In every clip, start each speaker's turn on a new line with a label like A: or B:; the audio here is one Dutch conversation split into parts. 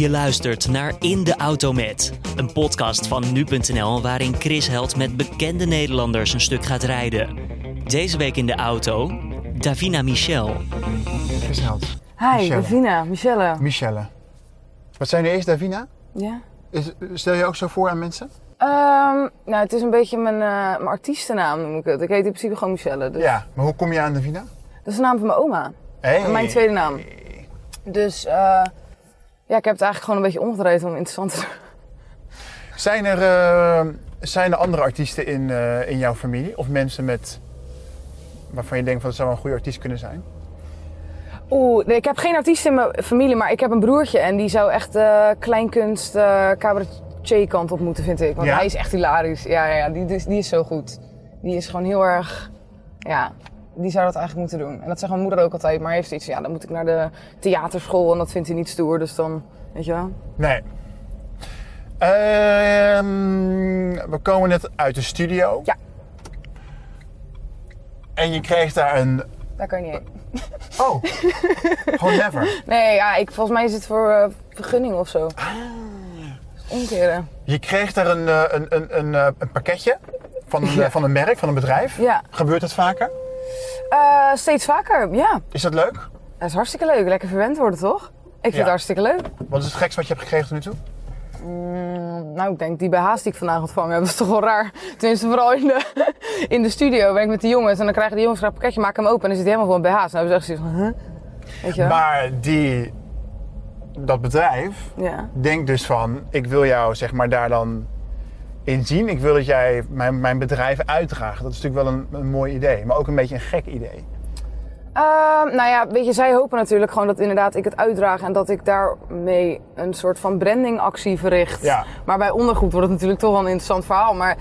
A: Je luistert naar In de Auto Met, een podcast van nu.nl waarin Chris Held met bekende Nederlanders een stuk gaat rijden. Deze week in de auto, Davina Michel.
B: Chris Held.
C: Hi,
B: Michelle.
C: Davina, Michelle.
B: Michelle. Wat zijn er eerst, Davina?
C: Ja?
B: Stel je ook zo voor aan mensen?
C: Nou, het is een beetje mijn artiestennaam, noem ik het. Ik heet in principe gewoon Michelle. Dus
B: Ja, maar hoe kom je aan Davina?
C: dat is de naam van mijn oma.
B: Hey.
C: En mijn tweede naam. Dus ja, ik heb het eigenlijk gewoon een beetje omgedraaid om interessant te doen.
B: Zijn er andere artiesten in jouw familie? Of mensen waarvan je denkt van dat zou wel een goede artiest kunnen zijn?
C: Nee, ik heb geen artiest in mijn familie, maar ik heb een broertje en die zou echt kleinkunst, cabaretier kant op moeten, vind ik. Want
B: Ja?
C: hij is echt hilarisch. Ja, die is zo goed. Die is gewoon heel erg, ja, die zou dat eigenlijk moeten doen. En dat zegt mijn moeder ook altijd, maar hij heeft iets van, ja, dan moet ik naar de theaterschool en dat vindt hij niet stoer, dus dan, weet je wel.
B: Nee. We komen net uit de studio.
C: Ja.
B: En je kreeg daar een...
C: Daar kan je niet heen.
B: Oh, gewoon never.
C: Nee, ja, volgens mij is het voor vergunning of zo. Omkeren.
B: Je kreeg daar een pakketje van een merk, van een bedrijf.
C: Ja.
B: Gebeurt dat vaker?
C: Steeds vaker, ja.
B: Is dat leuk?
C: Dat is hartstikke leuk. Lekker verwend worden, toch? Ik vind het hartstikke leuk.
B: Wat is het gekst wat je hebt gekregen tot nu toe?
C: Nou, ik denk die BH's die ik vandaag ontvangen heb, dat is toch wel raar. Tenminste, vooral in de studio ben ik met de jongens en dan krijgen die jongens graag een pakketje, maken hem open en dan zit hij helemaal vol BH's. En dan hebben ze echt zoiets van, huh? Weet je wel?
B: Maar dat bedrijf
C: Ja.
B: denkt dus van, ik wil jou zeg maar daar dan in zien. Ik wil dat jij mijn bedrijf uitdraagt. Dat is natuurlijk wel een mooi idee, maar ook een beetje een gek idee.
C: Nou ja, weet je, zij hopen natuurlijk gewoon dat inderdaad ik het uitdraag en dat ik daarmee een soort van brandingactie verricht.
B: Ja.
C: Maar bij ondergoed wordt het natuurlijk toch wel een interessant verhaal, maar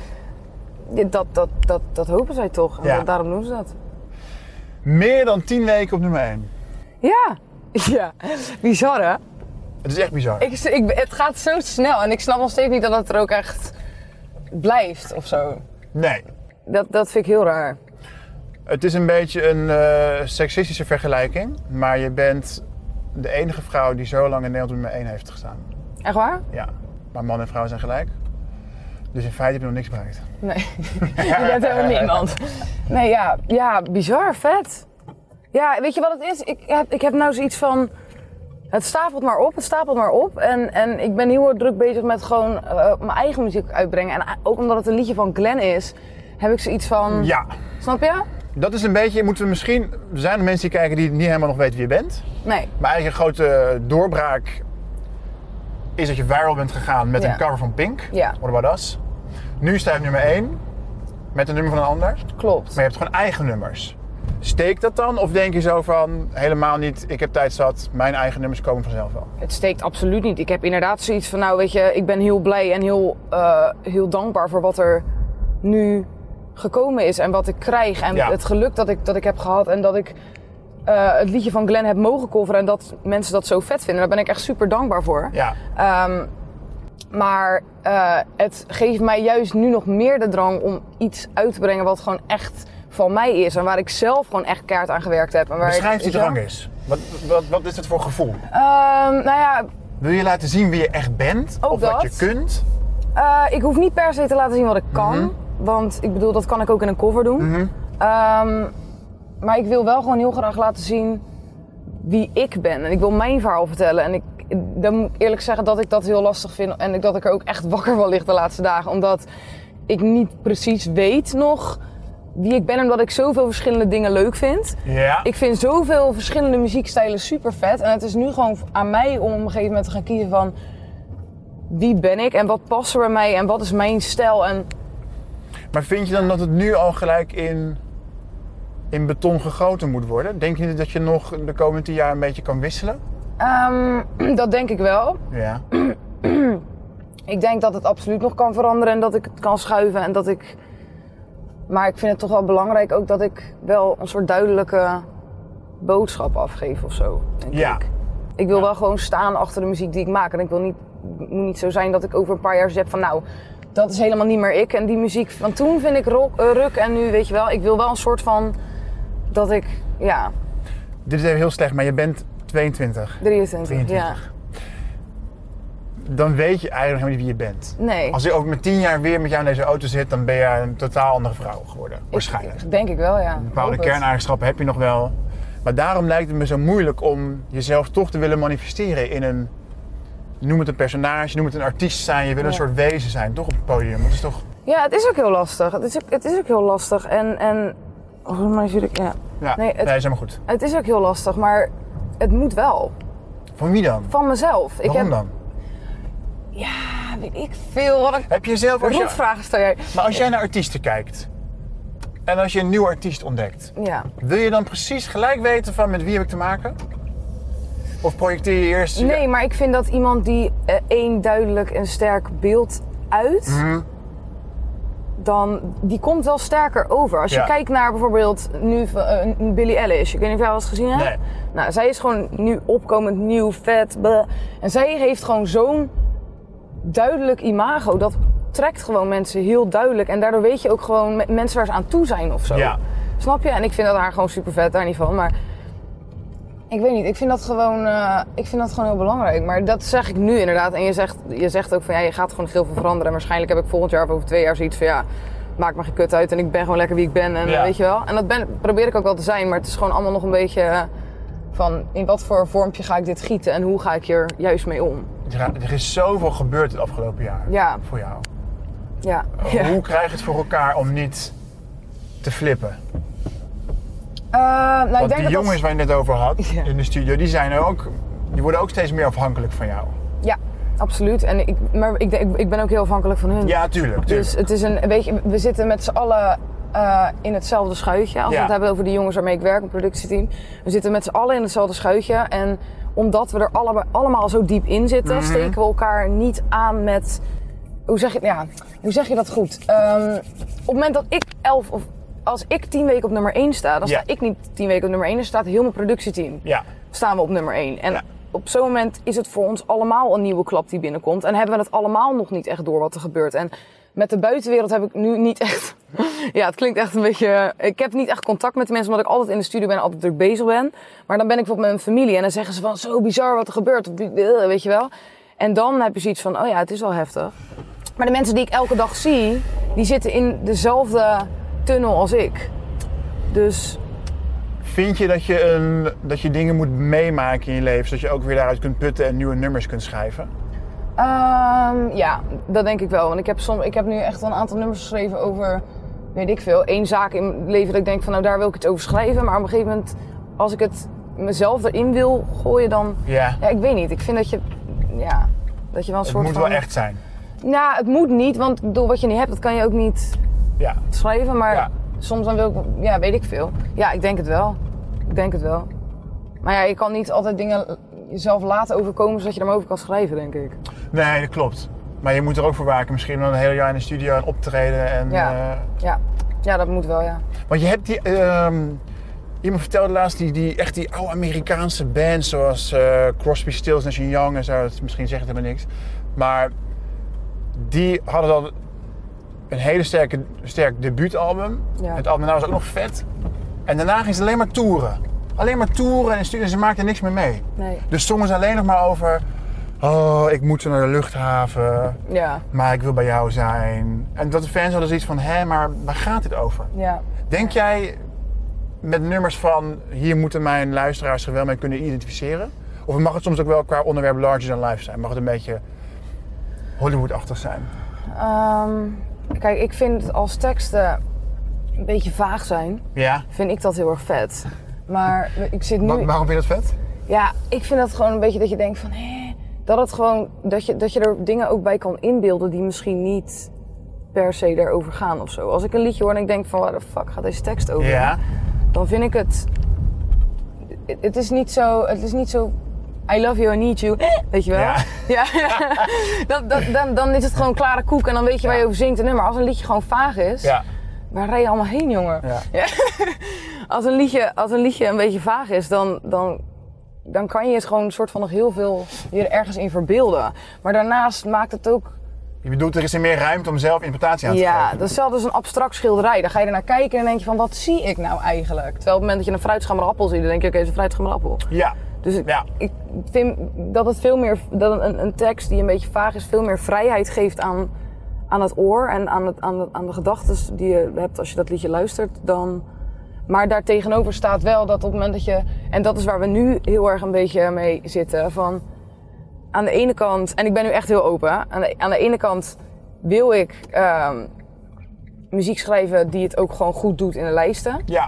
C: dat hopen zij toch. En
B: Ja.
C: daarom doen ze dat.
B: Meer dan 10 weken op nummer 1.
C: Ja, bizar hè?
B: Het is echt bizar.
C: Het gaat zo snel en ik snap nog steeds niet dat het er ook echt blijft of zo.
B: Nee.
C: Dat vind ik heel raar.
B: Het is een beetje een seksistische vergelijking, maar je bent de enige vrouw die zo lang in Nederland op nummer 1 heeft gestaan.
C: Echt waar?
B: Ja, maar man en vrouw zijn gelijk. Dus in feite heb je nog niks bereikt.
C: Nee, je bent helemaal niemand. Nee, ja, bizar, vet. Ja, weet je wat het is? Ik heb nou zoiets van, het stapelt maar op. En ik ben heel erg druk bezig met gewoon mijn eigen muziek uitbrengen. En ook omdat het een liedje van Glenn is, heb ik zoiets van,
B: Ja.
C: snap je?
B: Dat is een beetje, er zijn er mensen die kijken die niet helemaal nog weten wie je bent.
C: Nee.
B: Maar eigenlijk een grote doorbraak is dat je viral bent gegaan met
C: Ja.
B: een cover van Pink.
C: Ja.
B: What About Us. Nu sta je op nummer 1 met een nummer van een ander.
C: Klopt.
B: Maar je hebt gewoon eigen nummers. Steekt dat dan? Of denk je zo van, helemaal niet, ik heb tijd zat, mijn eigen nummers komen vanzelf wel?
C: Het steekt absoluut niet. Ik heb inderdaad zoiets van, nou weet je, ik ben heel blij en heel dankbaar voor wat er nu gekomen is en wat ik krijg. En
B: Ja.
C: het geluk dat ik heb gehad en dat ik het liedje van Glenn heb mogen coveren en dat mensen dat zo vet vinden. Daar ben ik echt super dankbaar voor.
B: Ja.
C: Maar het geeft mij juist nu nog meer de drang om iets uit te brengen wat gewoon echt van mij is. En waar ik zelf gewoon echt keihard aan gewerkt heb. En waar
B: Beschrijf die
C: weet je wel?
B: drang eens. Wat is het voor gevoel?
C: Nou ja,
B: Wil je laten zien wie je echt bent?
C: Ook
B: of wat
C: dat.
B: je kunt?
C: ik hoef niet per se te laten zien wat ik kan. Want ik bedoel, dat kan ik ook in een cover doen. Maar ik wil wel gewoon heel graag laten zien wie ik ben. En ik wil mijn verhaal vertellen. En dan moet ik eerlijk zeggen dat ik dat heel lastig vind. En dat ik er ook echt wakker van lig de laatste dagen. Omdat ik niet precies weet nog wie ik ben. En omdat ik zoveel verschillende dingen leuk vind.
B: Ja.
C: Ik vind zoveel verschillende muziekstijlen super vet. En het is nu gewoon aan mij om op een gegeven moment te gaan kiezen van wie ben ik en wat past er bij mij en wat is mijn stijl. En
B: Maar vind je dan dat het nu al gelijk in beton gegoten moet worden? Denk je niet dat je nog de komende 10 jaar een beetje kan wisselen?
C: dat denk ik wel.
B: Ja.
C: Ik denk dat het absoluut nog kan veranderen en dat ik het kan schuiven en maar ik vind het toch wel belangrijk ook dat ik wel een soort duidelijke boodschap afgeef of zo, denk
B: Ja.
C: ik. Ik wil wel gewoon staan achter de muziek die ik maak en het moet niet zo zijn dat ik over een paar jaar zeg van nou, dat is helemaal niet meer ik en die muziek van toen vind ik ruk en nu weet je wel, ik wil wel een soort van dat ik, ja.
B: Dit is even heel slecht, maar je bent 22.
C: 23, ja.
B: dan weet je eigenlijk nog niet wie je bent.
C: Nee.
B: Als ik ook met 10 jaar weer met jou in deze auto zit, dan ben je een totaal andere vrouw geworden. Waarschijnlijk.
C: Denk ik wel, ja.
B: Bepaalde kerneigenschappen heb je nog wel. Maar daarom lijkt het me zo moeilijk om jezelf toch te willen manifesteren in een... Noem het een personage, noem het een artiest zijn. Je wil een soort wezen zijn, toch op het podium. Dat is toch...
C: Ja, het is ook heel lastig. Het is ook heel lastig. En volgens mij zit ik... Ja,
B: nee, is helemaal goed.
C: Het is ook heel lastig, maar het moet wel.
B: Van wie dan?
C: Van mezelf.
B: Waarom dan?
C: Ja, weet ik veel.
B: Heb je zelf...
C: Rotvragen stel jij.
B: Maar als jij naar artiesten kijkt... En als je een nieuwe artiest ontdekt...
C: Ja.
B: Wil je dan precies gelijk weten van met wie heb ik te maken? Of projecteer je eerst...
C: Nee, maar ik vind dat iemand die één duidelijk en sterk beeld uit... dan die komt wel sterker over. Als je kijkt naar bijvoorbeeld nu Billie Eilish. Ik weet niet of jij dat eens gezien hebt.
B: Nee.
C: Nou, zij is gewoon nu opkomend, nieuw, vet. Bleh. En zij heeft gewoon zo'n duidelijk imago. Dat trekt gewoon mensen heel duidelijk. En daardoor weet je ook gewoon mensen waar ze aan toe zijn of zo.
B: Ja.
C: Snap je? En ik vind dat haar gewoon super vet, daar niet van. Maar ik weet niet, ik vind dat gewoon heel belangrijk. Maar dat zeg ik nu inderdaad. En je zegt ook van ja, je gaat gewoon heel veel veranderen. En waarschijnlijk heb ik volgend jaar of over 2 jaar zoiets van ja, maakt me geen kut uit. En ik ben gewoon lekker wie ik ben. En weet je wel. En dat probeer ik ook wel te zijn. Maar het is gewoon allemaal nog een beetje van in wat voor vormpje ga ik dit gieten. En hoe ga ik hier juist mee om.
B: Er is zoveel gebeurd het afgelopen jaar voor jou.
C: Ja.
B: Hoe krijg je het voor elkaar om niet te flippen?
C: Nou,
B: Want
C: ik denk
B: die jongens waar je het net over had in de studio, die worden ook steeds meer afhankelijk van jou.
C: Ja, absoluut. En ik ben ook heel afhankelijk van hun.
B: Ja, tuurlijk.
C: Dus het is we zitten met z'n allen in hetzelfde schuitje. Als we het hebben over de jongens waarmee ik werk, een productieteam. We zitten met z'n allen in hetzelfde schuitje. En omdat we er allemaal zo diep in zitten, steken we elkaar niet aan met... Hoe zeg je dat goed? Op het moment dat ik als ik 10 weken op nummer 1 sta, dan sta ik niet 10 weken op nummer 1, dan staat heel mijn productieteam. Ja. Staan we op nummer 1. En op zo'n moment is het voor ons allemaal een nieuwe klap die binnenkomt. En hebben we het allemaal nog niet echt door wat er gebeurt. En met de buitenwereld heb ik nu niet echt... Ja, het klinkt echt een beetje... Ik heb niet echt contact met de mensen, omdat ik altijd in de studio ben en altijd druk bezig ben. Maar dan ben ik bijvoorbeeld met mijn familie en dan zeggen ze van zo bizar wat er gebeurt. Weet je wel. En dan heb je zoiets van, oh ja, het is wel heftig. Maar de mensen die ik elke dag zie, die zitten in dezelfde tunnel als ik. Dus...
B: Vind je dat je dingen moet meemaken in je leven, zodat je ook weer daaruit kunt putten en nieuwe nummers kunt schrijven?
C: Ja, dat denk ik wel. Want ik heb nu echt wel een aantal nummers geschreven over, weet ik veel, 1 zaak in mijn leven dat ik denk van nou daar wil ik het over schrijven. Maar op een gegeven moment, als ik het mezelf erin wil gooien, dan... Ja, ik weet niet. Ik vind dat je wel een soort van...
B: Het moet wel echt zijn.
C: Nou, het moet niet, want door wat je niet hebt, dat kan je ook niet schrijven. Maar soms dan wil ik, weet ik veel. Ja, ik denk het wel. Maar ja, je kan niet altijd dingen jezelf laten overkomen, zodat je er maar over kan schrijven, denk ik.
B: Nee, dat klopt. Maar je moet er ook voor waken. Misschien dan een hele jaar in de studio en optreden. En,
C: ja, dat moet wel, ja.
B: Want je hebt die... Iemand vertelde laatst die oude Amerikaanse bands zoals Crosby, Stills, Nash & Young en zo. Misschien zegt het helemaal niks. Maar die hadden dan een hele sterk debuutalbum. Ja. Het album was ook nog vet. En daarna gingen ze alleen maar toeren. Alleen maar toeren en ze maakten niks meer mee.
C: Nee.
B: Dus zongen ze alleen nog maar over... Oh, ik moet naar de luchthaven. Ja. Maar ik wil bij jou zijn. En dat de fans hadden zoiets van... maar waar gaat dit over? Ja. Denk jij met nummers van... Hier moeten mijn luisteraars zich wel mee kunnen identificeren? Of mag het soms ook wel qua onderwerp larger than life zijn? Mag het een beetje Hollywood-achtig zijn?
C: Kijk, ik vind als teksten een beetje vaag zijn... vind ik dat heel erg vet. Maar ik zit nu...
B: Waarom vind je dat vet?
C: Ja, ik vind dat gewoon een beetje dat je denkt van... dat het gewoon... Dat je er dingen ook bij kan inbeelden die misschien niet per se daarover gaan of zo. Als ik een liedje hoor en ik denk van... Waar de fuck gaat deze tekst over? Ja. Dan vind ik het... Het is niet zo... I love you, I need you. Weet je wel? Ja. Dan is het gewoon klare koek en dan weet je waar je over zingt. Maar als een liedje gewoon vaag is... Ja. Waar rij je allemaal heen, jongen? Ja. Als een liedje een beetje vaag is, dan kan je het gewoon een soort van nog heel veel je er ergens in verbeelden. Maar daarnaast maakt het ook...
B: Je bedoelt, er is er meer ruimte om zelf interpretatie aan te geven?
C: Ja, dat is hetzelfde als een abstract schilderij. Dan ga je er naar kijken en dan denk je van, wat zie ik nou eigenlijk? Terwijl op het moment dat je een fruitschammerappel ziet, dan denk je, oké, het is een fruitschammerappel.
B: Ja.
C: Dus ik vind dat het veel meer, dat een tekst die een beetje vaag is, veel meer vrijheid geeft aan het oor en aan de gedachten die je hebt als je dat liedje luistert. Maar daartegenover staat wel dat op het moment dat je, en dat is waar we nu heel erg een beetje mee zitten, van aan de ene kant, en ik ben nu echt heel open, aan de ene kant wil ik muziek schrijven die het ook gewoon goed doet in de lijsten.
B: Ja.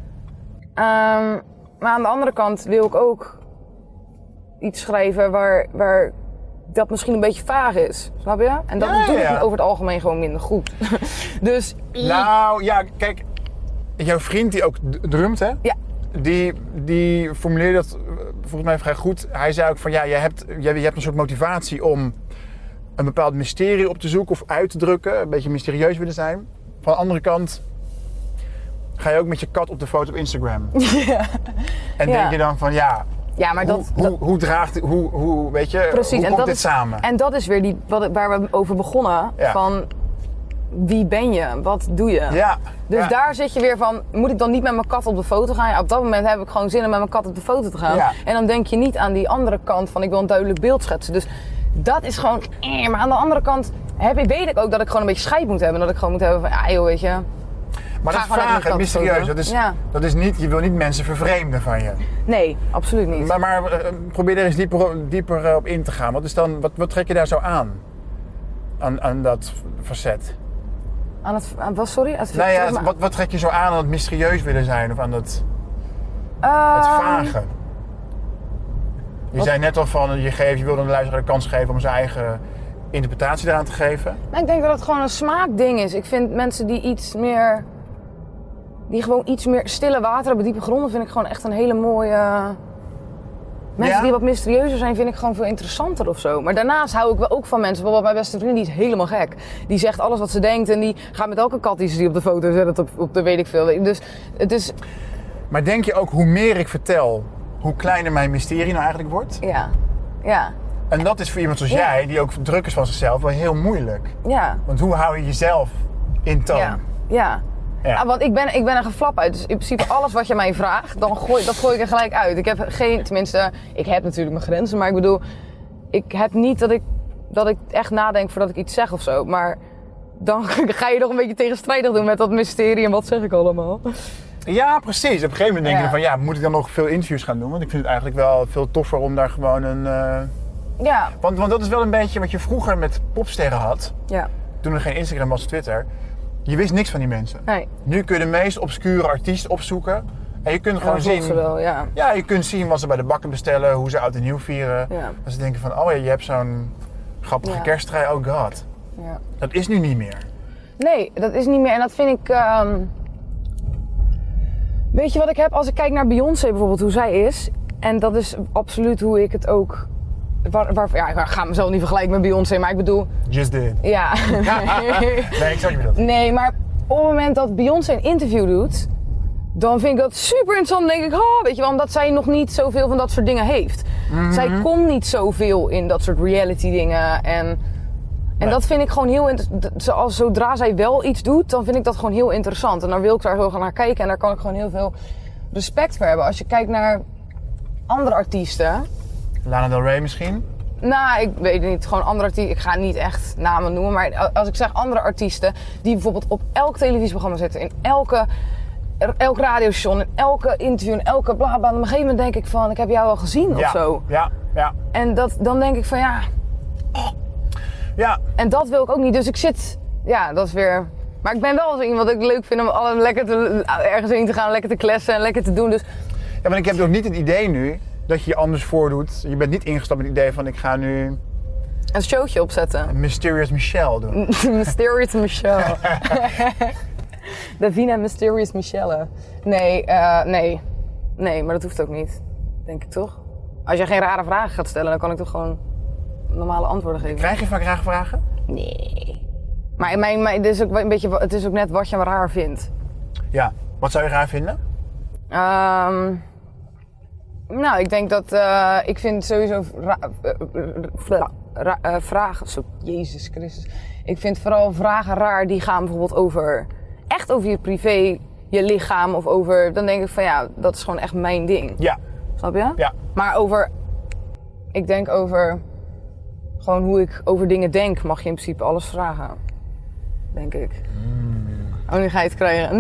C: Maar aan de andere kant wil ik ook iets schrijven waar dat misschien een beetje vaag is. Snap je? En dat doe ik over het algemeen gewoon minder goed. Dus...
B: Nou, ja, kijk. Jouw vriend die ook drumt, hè?
C: Ja.
B: Die formuleerde dat volgens mij vrij goed. Hij zei ook van, je hebt een soort motivatie om een bepaald mysterie op te zoeken of uit te drukken. Een beetje mysterieus willen zijn. Van de andere kant ga je ook met je kat op de foto op Instagram.
C: Ja.
B: En denk je dan van,
C: maar
B: hoe weet je,
C: precies,
B: hoe komt dit samen?
C: En dat is weer waar we over begonnen. Ja. Van, wie ben je? Wat doe je?
B: Ja.
C: Dus daar zit je weer van, moet ik dan niet met mijn kat op de foto gaan? Ja, op dat moment heb ik gewoon zin om met mijn kat op de foto te gaan. Ja. En dan denk je niet aan die andere kant van, ik wil een duidelijk beeld schetsen. Dus dat is gewoon, maar aan de andere kant weet ik ook dat ik gewoon een beetje scheid moet hebben. Dat ik gewoon moet hebben van, joh, weet je.
B: Maar dat is vaag en mysterieus. Dat is niet, je wil niet mensen vervreemden van je.
C: Nee, absoluut niet.
B: Maar probeer er eens dieper op in te gaan. Wat trek je daar zo aan? Aan dat facet? Wat trek je zo aan het mysterieus willen zijn? Of aan het vage? Je zei net al van, je wilde de luisteraar de kans geven om zijn eigen interpretatie eraan te geven.
C: Nou, ik denk dat het gewoon een smaakding is. Ik vind mensen die gewoon iets meer stille water hebben, diepe gronden, vind ik gewoon echt een hele mooie... Mensen die wat mysterieuzer zijn, vind ik gewoon veel interessanter of zo. Maar daarnaast hou ik wel ook van mensen. Bijvoorbeeld mijn beste vriend, die is helemaal gek. Die zegt alles wat ze denkt en die gaat met elke kat die op de foto zet op de weet ik veel. Dus het is...
B: Maar denk je ook, hoe meer ik vertel, hoe kleiner mijn mysterie nou eigenlijk wordt?
C: Ja.
B: En dat is voor iemand zoals jij, die ook druk is van zichzelf, wel heel moeilijk.
C: Ja.
B: Want hoe hou je jezelf in toon?
C: Ja, want ik ben er geflap uit. Dus in principe alles wat je mij vraagt, dat gooi ik er gelijk uit. Ik heb ik heb natuurlijk mijn grenzen, maar ik bedoel, ik heb niet dat ik echt nadenk voordat ik iets zeg of zo. Maar dan ga je nog een beetje tegenstrijdig doen met dat mysterie en wat zeg ik allemaal.
B: Ja, precies. Op een gegeven moment denk je van, moet ik dan nog veel interviews gaan doen? Want ik vind het eigenlijk wel veel toffer om daar gewoon een...
C: Ja.
B: Want dat is wel een beetje wat je vroeger met popsterren had.
C: Ja.
B: Toen er geen Instagram was of Twitter. Je wist niks van die mensen.
C: Nee.
B: Nu kun je de meest obscure artiest opzoeken. En je kunt gewoon zien... je kunt zien wat ze bij de bakken bestellen, hoe ze oud en nieuw vieren. Ja. En ze denken van, je hebt zo'n grappige kersttrui, oh god. Ja. Dat is nu niet meer. Nee, dat is niet meer. En dat vind ik... Weet je wat ik heb? Als ik kijk naar Beyoncé bijvoorbeeld, hoe zij is. En dat is absoluut hoe ik het ook... ik ga mezelf niet vergelijken met Beyoncé, maar ik bedoel... Just did.
C: Ja.
B: Nee, ik zag je dat.
C: Nee, maar op het moment dat Beyoncé een interview doet, dan vind ik dat super interessant. Dan denk ik, weet je wel, omdat zij nog niet zoveel van dat soort dingen heeft. Mm-hmm. Zij komt niet zoveel in dat soort reality dingen en dat vind ik gewoon heel interessant. Zodra zij wel iets doet, dan vind ik dat gewoon heel interessant. En dan wil ik daar heel gaan naar kijken en daar kan ik gewoon heel veel respect voor hebben. Als je kijkt naar andere artiesten...
B: Lana Del Rey misschien?
C: Nou, ik weet het niet. Gewoon andere artiesten. Ik ga niet echt namen noemen. Maar als ik zeg andere artiesten die bijvoorbeeld op elk televisieprogramma zitten. In elk radiostation, in elke interview, in elke blablabla. Op een gegeven moment denk ik van, ik heb jou al gezien of zo. Ja. En dan denk ik van, Ja. En dat wil ik ook niet. Dus ik zit... Ja, dat is weer... Maar ik ben wel zo iemand dat ik leuk vind om lekker ergens heen te gaan. Lekker te kletsen en lekker te doen. Dus...
B: Ja, maar ik heb ook niet het idee nu... dat je je anders voordoet. Je bent niet ingestapt met het idee van ik ga nu...
C: Een showtje opzetten.
B: Mysterious Michelle doen.
C: Mysterious Michelle. Davina Mysterious Michelle. Nee, maar dat hoeft ook niet. Denk ik toch? Als je geen rare vragen gaat stellen, dan kan ik toch gewoon normale antwoorden geven.
B: Krijg je vaak rare vragen?
C: Nee. Maar het is ook een beetje, het is ook net wat je raar vindt.
B: Ja, wat zou je raar vinden?
C: Nou, ik denk dat... ik vind sowieso vragen... Jezus Christus. Ik vind vooral vragen raar die gaan bijvoorbeeld over... Echt over je privé, je lichaam of over... Dan denk ik van dat is gewoon echt mijn ding.
B: Ja.
C: Snap je?
B: Ja.
C: Maar ik denk over gewoon hoe ik over dingen denk, mag je in principe alles vragen. Denk ik. Oh, nu ga je het krijgen.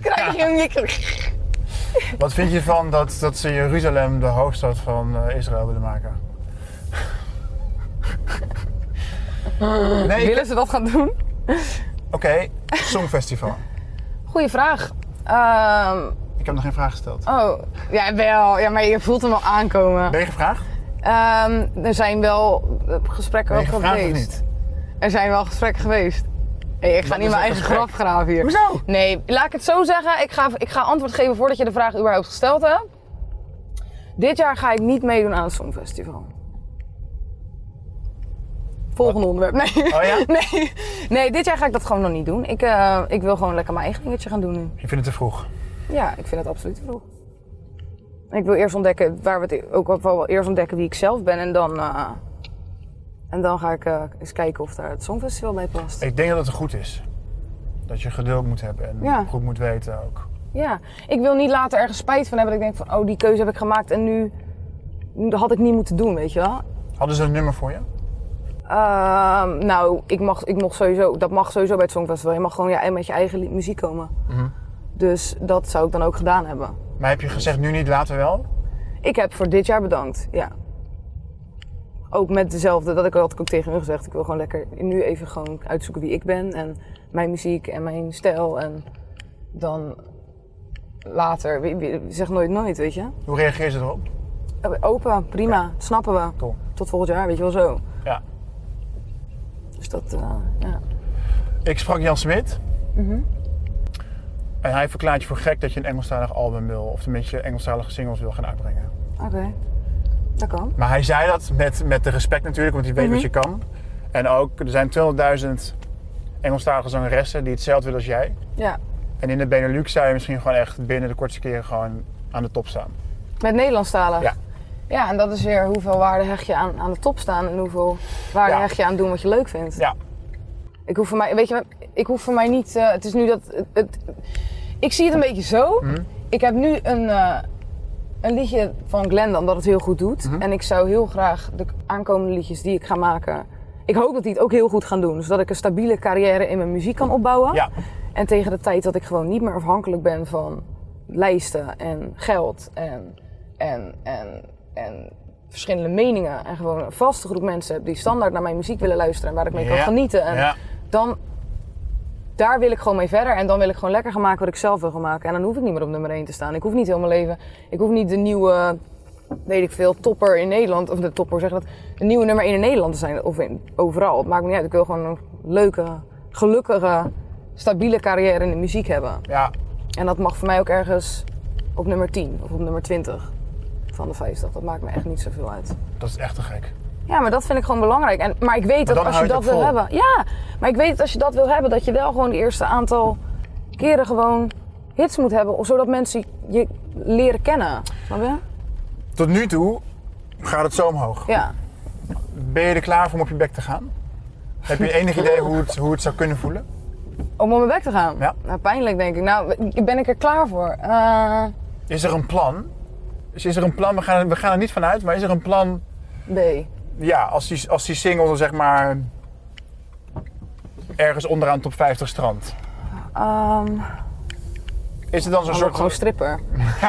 B: Wat vind je van dat ze Jeruzalem de hoofdstad van Israël willen maken? Nee,
C: Willen ze dat gaan doen?
B: Oké, Songfestival.
C: Goeie vraag.
B: Ik heb nog geen vraag gesteld.
C: Oh, ja, wel. Ja, maar je voelt hem wel aankomen.
B: Ben je gevraagd?
C: Er zijn wel gesprekken
B: Ben je
C: over
B: gevraagd of
C: geweest.
B: niet?
C: Er zijn wel gesprekken geweest. Hey, ik ga
B: Wat
C: niet
B: is
C: mijn
B: een
C: eigen
B: gesprek?
C: graf graven hier.
B: Hoezo?
C: Nee, laat ik het zo zeggen. Ik ga antwoord geven voordat je de vraag überhaupt gesteld hebt. Dit jaar ga ik niet meedoen aan het Songfestival. Volgende onderwerp. Nee.
B: Oh ja?
C: Nee, dit jaar ga ik dat gewoon nog niet doen. Ik wil gewoon lekker mijn eigen dingetje gaan doen nu.
B: Je vindt het te vroeg.
C: Ja, ik vind het absoluut te vroeg. Ik wil eerst ontdekken, waar we het ook wel eerst ontdekken wie ik zelf ben. En dan ga ik eens kijken of daar het Songfestival bij past.
B: Ik denk dat het goed is. Dat je geduld moet hebben en
C: Ja.
B: goed moet weten ook.
C: Ja, ik wil niet later ergens spijt van hebben dat ik denk van, oh, die keuze heb ik gemaakt en nu dat had ik niet moeten doen, weet je wel.
B: Hadden ze een nummer voor je?
C: Nou, ik mocht sowieso, dat mag sowieso bij het Songfestival. Je mag gewoon met je eigen muziek komen. Dus dat zou ik dan ook gedaan hebben.
B: Maar heb je gezegd nu niet, later wel?
C: Ik heb voor dit jaar bedankt, ja. Ook met dezelfde, dat had ik ook tegen hun gezegd. Ik wil gewoon lekker nu even gewoon uitzoeken wie ik ben en mijn muziek en mijn stijl. En dan later, zeg nooit, weet je.
B: Hoe reageer je erop?
C: Open, prima, dat snappen we.
B: Cool.
C: Tot volgend jaar, weet je wel zo.
B: Ja.
C: Dus dat, ja.
B: Ik sprak Jan Smit. En hij verklaart je voor gek dat je een Engelstalig album wil. Of tenminste Engelstalige singles wil gaan uitbrengen.
C: Oké, dat kan.
B: Maar hij zei dat met de respect natuurlijk, want hij weet wat je kan. En ook, er zijn 200.000 Engelstalige zangeressen die hetzelfde willen als jij.
C: Ja.
B: En in de Benelux zou je misschien gewoon echt binnen de kortste keren gewoon aan de top staan.
C: Met Nederlandstalig?
B: Ja.
C: Ja, en dat is weer hoeveel waarde hecht je aan de top staan en hoeveel waarde
B: Ja.
C: hecht je aan doen wat je leuk vindt.
B: Ja.
C: Ik hoef voor mij niet, het is nu dat, ik zie het een beetje zo. Ik heb nu een liedje van Glenda dat het heel goed doet. En ik zou heel graag de aankomende liedjes die ik ga maken, ik hoop dat die het ook heel goed gaan doen. Zodat ik een stabiele carrière in mijn muziek kan opbouwen.
B: Ja.
C: En tegen de tijd dat ik gewoon niet meer afhankelijk ben van lijsten en geld en verschillende meningen. En gewoon een vaste groep mensen heb die standaard naar mijn muziek willen luisteren en waar ik mee kan genieten. En dan, daar wil ik gewoon mee verder. En dan wil ik gewoon lekker gaan maken wat ik zelf wil gaan maken. En dan hoef ik niet meer op nummer 1 te staan. Ik hoef niet heel mijn leven, ik hoef niet de nieuwe, weet ik veel, topper in Nederland. Of de topper, zeg dat, de nieuwe nummer 1 in Nederland te zijn. Of overal. Het maakt me niet uit. Ik wil gewoon een leuke, gelukkige, stabiele carrière in de muziek hebben.
B: Ja.
C: En dat mag voor mij ook ergens op nummer 10 of op nummer 20 van de 50. Dat maakt me echt niet zoveel uit.
B: Dat is echt te gek.
C: Ja, maar dat vind ik gewoon belangrijk. Maar ik weet dat als je dat wil hebben... Ja, maar ik weet dat als je dat wil hebben, dat je wel gewoon de eerste aantal keren gewoon hits moet hebben. Zodat mensen je leren kennen. Snap je?
B: Tot nu toe gaat het zo omhoog.
C: Ja.
B: Ben je er klaar voor om op je bek te gaan? Heb je enig idee hoe het zou kunnen voelen?
C: Om op mijn bek te gaan?
B: Ja.
C: Nou, pijnlijk denk ik. Nou, ben ik er klaar voor?
B: Is er een plan? Dus is er een plan? We gaan er niet vanuit, maar is er een plan?
C: B.
B: Ja, als die single dan zeg maar ergens onderaan top 50 strandt. Is er dan zo'n soort...
C: Gewoon stripper.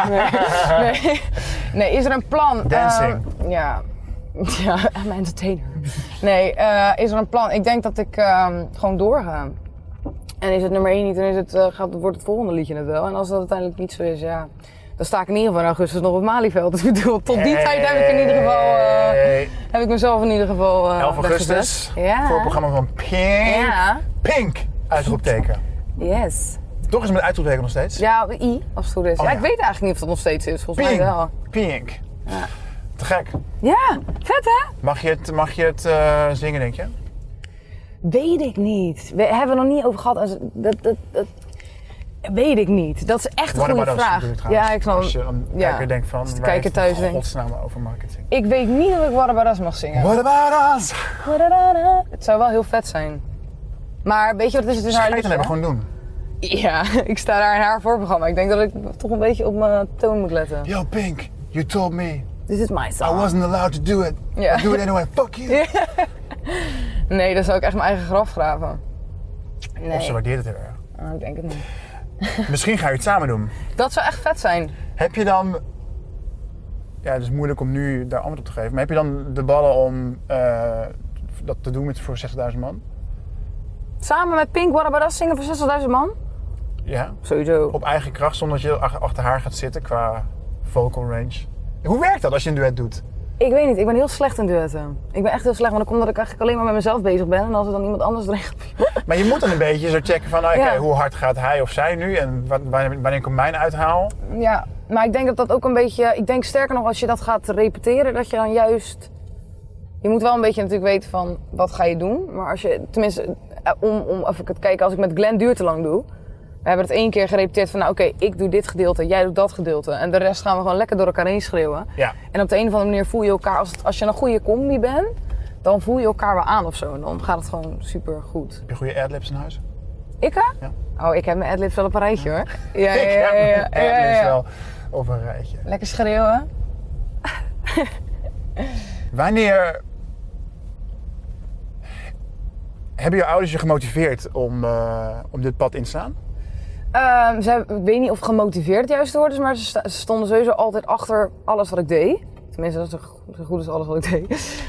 C: Nee, is er een plan?
B: Dancing.
C: Ja, I'm an entertainer. Nee, is er een plan? Ik denk dat ik gewoon doorga. En is het nummer 1 niet, dan wordt het volgende liedje het wel. En als dat uiteindelijk niet zo is, ja, dan sta ik in ieder geval in augustus nog op Malieveld. Dus ik bedoel, tot die tijd heb ik in ieder geval, heb ik mezelf in ieder geval
B: 11 augustus, voor het programma van Pink.
C: Ja.
B: Pink, uitroepteken.
C: Yes.
B: Toch is het met uitroepteken nog steeds?
C: Ja, I, als het goed is.
B: Oh,
C: ja,
B: ja.
C: ik weet eigenlijk niet of dat nog steeds is, volgens mij wel.
B: Pink.
C: Ja.
B: Te gek.
C: Ja, vet hè?
B: Mag je het zingen, denk je?
C: Weet ik niet. We hebben het nog niet over gehad. Dat weet ik niet. Dat is echt een goede vraag. Ja, ik snap.
B: Als je een kijker denkt van,
C: de kijker thuis denkt,
B: godsnaam over marketing.
C: Ik weet niet of ik What About Us mag zingen.
B: What About Us?
C: Het zou wel heel vet zijn. Maar weet je wat het is? Het is haar liedje.
B: Hebben gewoon doen.
C: Ja, ik sta daar in haar voorprogramma. Ik denk dat ik toch een beetje op mijn toon moet letten.
B: Yo Pink, You told me
C: This is my song.
B: I wasn't allowed to do it.
C: Ja.
B: I do it anyway. Fuck you.
C: Nee, dan zou ik echt mijn eigen graf graven. Nee.
B: Of ze waardeert het heel erg.
C: Oh, ik denk het niet.
B: Misschien ga je het samen doen.
C: Dat zou echt vet zijn.
B: Heb je dan... Ja, het is moeilijk om nu daar antwoord op te geven. Maar heb je dan de ballen om dat te doen voor 60.000 man?
C: Samen met Pink, What About Us zingen voor 60.000 man?
B: Ja.
C: Sowieso.
B: Op eigen kracht, zonder dat je achter haar gaat zitten qua vocal range. Hoe werkt dat als je een duet doet?
C: Ik weet niet, ik ben heel slecht in duetten. Ik ben echt heel slecht, want dan komt dat ik eigenlijk alleen maar met mezelf bezig ben. En als er dan iemand anders erin gaat...
B: Maar je moet dan een beetje zo checken van, oké,
C: Ja.
B: hoe hard gaat hij of zij nu? En wanneer komt mijn uithaal?
C: Ja, maar ik denk dat dat ook een beetje... Ik denk sterker nog, als je dat gaat repeteren, dat je dan juist... Je moet wel een beetje natuurlijk weten van, wat ga je doen? Maar als je, tenminste, om even te kijken, als ik met Glenn duurt te lang doe... We hebben het 1 keer gerepeteerd van, nou oké, ik doe dit gedeelte, jij doet dat gedeelte. En de rest gaan we gewoon lekker door elkaar heen schreeuwen.
B: Ja.
C: En op de een of andere manier voel je elkaar, als je een goede combi bent, dan voel je elkaar wel aan of zo. En dan gaat het gewoon super goed.
B: Heb je goede adlibs in huis?
C: Ik hè?
B: Ja.
C: Oh, ik heb mijn adlibs wel op een rijtje hoor. Ja,
B: Ik heb mijn adlibs wel op een rijtje.
C: Lekker schreeuwen.
B: Wanneer hebben je ouders je gemotiveerd om dit pad in te slaan?
C: Ik weet niet of gemotiveerd het juiste woord is, maar ze stonden sowieso altijd achter alles wat ik deed. Tenminste, dat is zo goed als alles wat ik deed.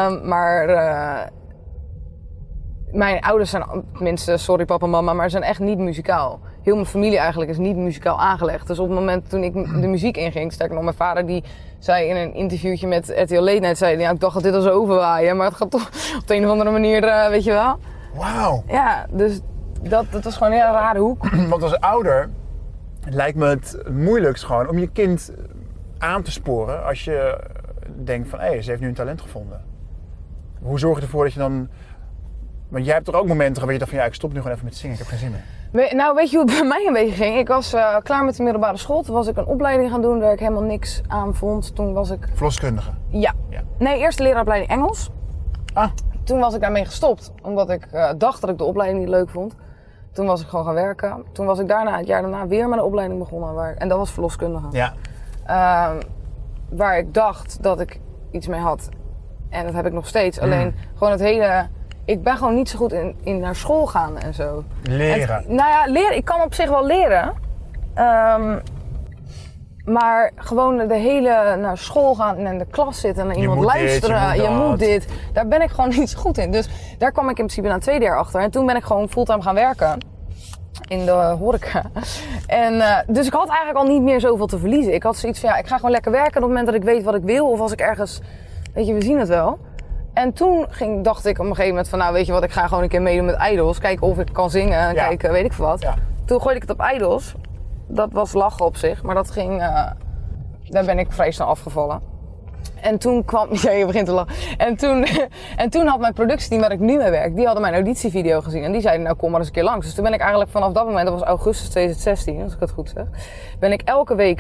C: Mijn ouders zijn, tenminste, sorry papa en mama, maar zijn echt niet muzikaal. Heel mijn familie eigenlijk is niet muzikaal aangelegd. Dus op het moment toen ik de muziek inging, sterker nog, mijn vader die zei in een interviewtje met RTL Late Night, zei, ja, ik dacht dat dit al zo overwaaien, maar het gaat toch op de een of andere manier, weet je wel.
B: Wauw.
C: Ja, dus dat was gewoon een hele rare hoek.
B: Want als ouder lijkt me het moeilijkst gewoon om je kind aan te sporen als je denkt van, hé, ze heeft nu een talent gevonden. Hoe zorg je ervoor dat je dan... Want jij hebt toch ook momenten gehad waar je dacht van, ja, ik stop nu gewoon even met zingen, ik heb geen zin meer.
C: Nou, weet je hoe het bij mij een beetje ging? Ik was klaar met de middelbare school. Toen was ik een opleiding gaan doen waar ik helemaal niks aan vond. Toen was ik...
B: Verloskundige.
C: Ja. Nee, eerst de leraaropleiding Engels.
B: Ah.
C: Toen was ik daarmee gestopt, omdat ik dacht dat ik de opleiding niet leuk vond. Toen was ik gewoon gaan werken. Toen was ik daarna, het jaar daarna, weer met een opleiding begonnen. En dat was verloskundige.
B: Ja.
C: Waar ik dacht dat ik iets mee had. En dat heb ik nog steeds. Alleen gewoon het hele... Ik ben gewoon niet zo goed in naar school gaan en zo.
B: Leren.
C: Nou ja, leren. Ik kan op zich wel leren. Maar gewoon de hele naar school gaan en in de klas zitten en naar iemand luisteren. Je moet dit. Daar ben ik gewoon niet zo goed in. Dus daar kwam ik in principe na het 2e jaar achter. En toen ben ik gewoon fulltime gaan werken. In de horeca. En dus ik had eigenlijk al niet meer zoveel te verliezen. Ik had zoiets van, ja, ik ga gewoon lekker werken op het moment dat ik weet wat ik wil. Of als ik ergens, weet je, we zien het wel. En toen dacht ik op een gegeven moment van, nou weet je wat, ik ga gewoon een keer meedoen met Idols. Kijken of ik kan zingen en kijken, weet ik veel wat. Ja. Toen gooide ik het op Idols. Dat was lachen op zich, maar dat ging, daar ben ik vrij snel afgevallen. En toen kwam, ja, je begint te lachen. En toen had mijn productieteam waar ik nu mee werk, die hadden mijn auditievideo gezien. En die zeiden, nou kom maar eens een keer langs. Dus toen ben ik eigenlijk vanaf dat moment, dat was augustus 2016, als ik het goed zeg. Ben ik elke week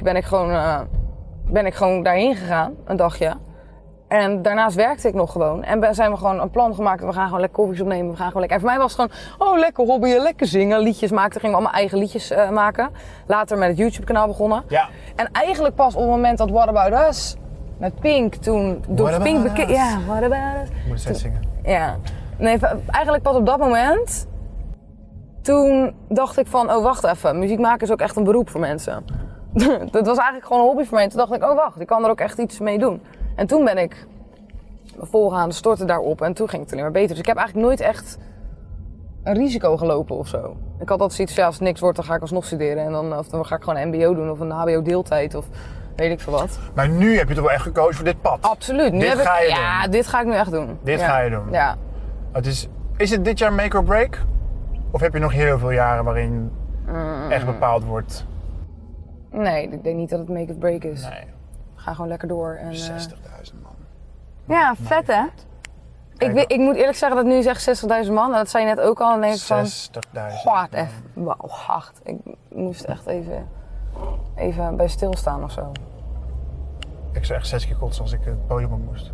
C: gewoon daarheen gegaan, een dagje. En daarnaast werkte ik nog gewoon. En zijn we gewoon een plan gemaakt. We gaan gewoon lekker koffies opnemen. We gaan gewoon lekker. En voor mij was het gewoon, oh lekker hobbyen, lekker zingen, liedjes maken. Toen gingen we allemaal eigen liedjes maken. Later met het YouTube kanaal begonnen.
B: Ja.
C: En eigenlijk pas op het moment dat What About Us met Pink toen door Pink bekend. Ja, What About Us.
B: Moet het zingen.
C: Ja. Nee, eigenlijk pas op dat moment. Toen dacht ik van, oh wacht even, muziek maken is ook echt een beroep voor mensen. Dat was eigenlijk gewoon een hobby voor mij. En toen dacht ik, oh wacht, ik kan er ook echt iets mee doen. En toen ben ik volgaan, stortte daarop en toen ging het alleen maar beter. Dus ik heb eigenlijk nooit echt een risico gelopen of zo. Ik had altijd zoiets van, ja, als het niks wordt, dan ga ik alsnog studeren. En dan ga ik gewoon een mbo doen of een hbo deeltijd of weet ik veel wat.
B: Maar nu heb je toch wel echt gekozen voor dit pad?
C: Absoluut. Nu
B: dit
C: heb
B: ga je doen?
C: Ja, dit ga ik nu echt doen.
B: Dit ga je doen?
C: Ja.
B: Is het dit jaar make or break? Of heb je nog heel veel jaren waarin echt bepaald wordt?
C: Nee, ik denk niet dat het make or break is.
B: Nee.
C: Ga gewoon lekker door. En,
B: 60.000 man.
C: Ja, vet hè? Ik moet eerlijk zeggen dat nu zeg 60.000 man. En dat zei je net ook al. En denk ik van,
B: 60.000
C: hard even. Wauw, hard. Ik moest echt even bij stilstaan of zo.
B: Ik zou echt 6 keer kotsen als ik het podium op moest.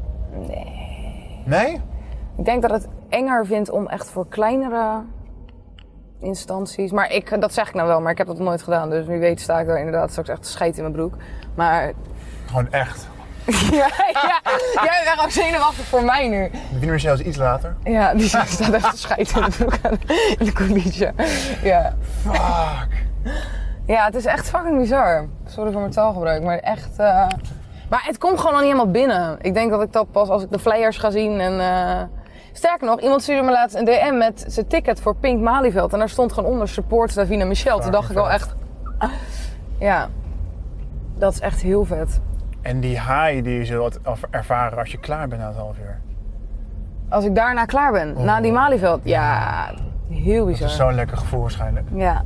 C: Nee.
B: Nee?
C: Ik denk dat het enger vindt om echt voor kleinere instanties. Maar dat zeg ik nou wel, maar ik heb dat nog nooit gedaan. Dus wie weet sta ik daar inderdaad straks echt scheid in mijn broek. Maar
B: Gewoon echt.
C: ja, jij bent gewoon zenuwachtig voor mij nu.
B: Davina Michel is iets later.
C: Ja, die staat even te scheiden in de broek in de coulissen. Ja.
B: Fuck.
C: Ja, het is echt fucking bizar. Sorry voor mijn taalgebruik, maar echt... Maar het komt gewoon nog niet helemaal binnen. Ik denk dat ik dat pas als ik de flyers ga zien en... Sterker nog, iemand stuurde me laatst een DM met zijn ticket voor Pink Malieveld. En daar stond gewoon onder support Davina Michel. Toen dacht ik wel echt... Ja, dat is echt heel vet.
B: En die high die je zult ervaren als je klaar bent na het half uur.
C: Als ik daarna klaar ben, na die Malieveld. Ja, heel bizar.
B: Dat is zo'n lekker gevoel waarschijnlijk.
C: Ja,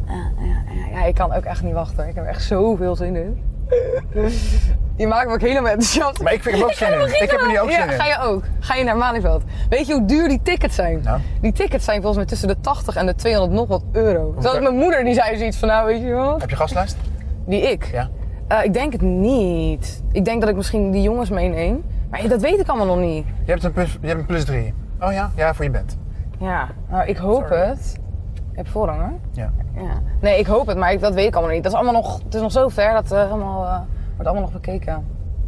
C: ik kan ook echt niet wachten. Ik heb echt zoveel zin in. Je maakt me ook helemaal enthousiast.
B: Maar ik heb er ook zin in. Ik heb er nu ook zin in.
C: Ga je ook. Ga je naar Malieveld. Weet je hoe duur die tickets zijn?
B: Nou?
C: Die tickets zijn volgens mij tussen de 80 en de 200 nog wat euro. Zoals mijn moeder die zei zoiets van, nou weet je wel.
B: Heb je gastlijst?
C: Die ik?
B: Ja.
C: Ik denk het niet. Ik denk dat ik misschien die jongens meeneem. Maar dat weet ik allemaal nog niet.
B: Je hebt een plus 3. Oh ja? Ja, voor je band.
C: Ja, nou ik hoop het. Je hebt voorrang hoor.
B: Ja.
C: Nee, ik hoop het, maar dat weet ik allemaal niet. Dat is allemaal nog, het is nog zo ver dat wordt allemaal nog bekeken.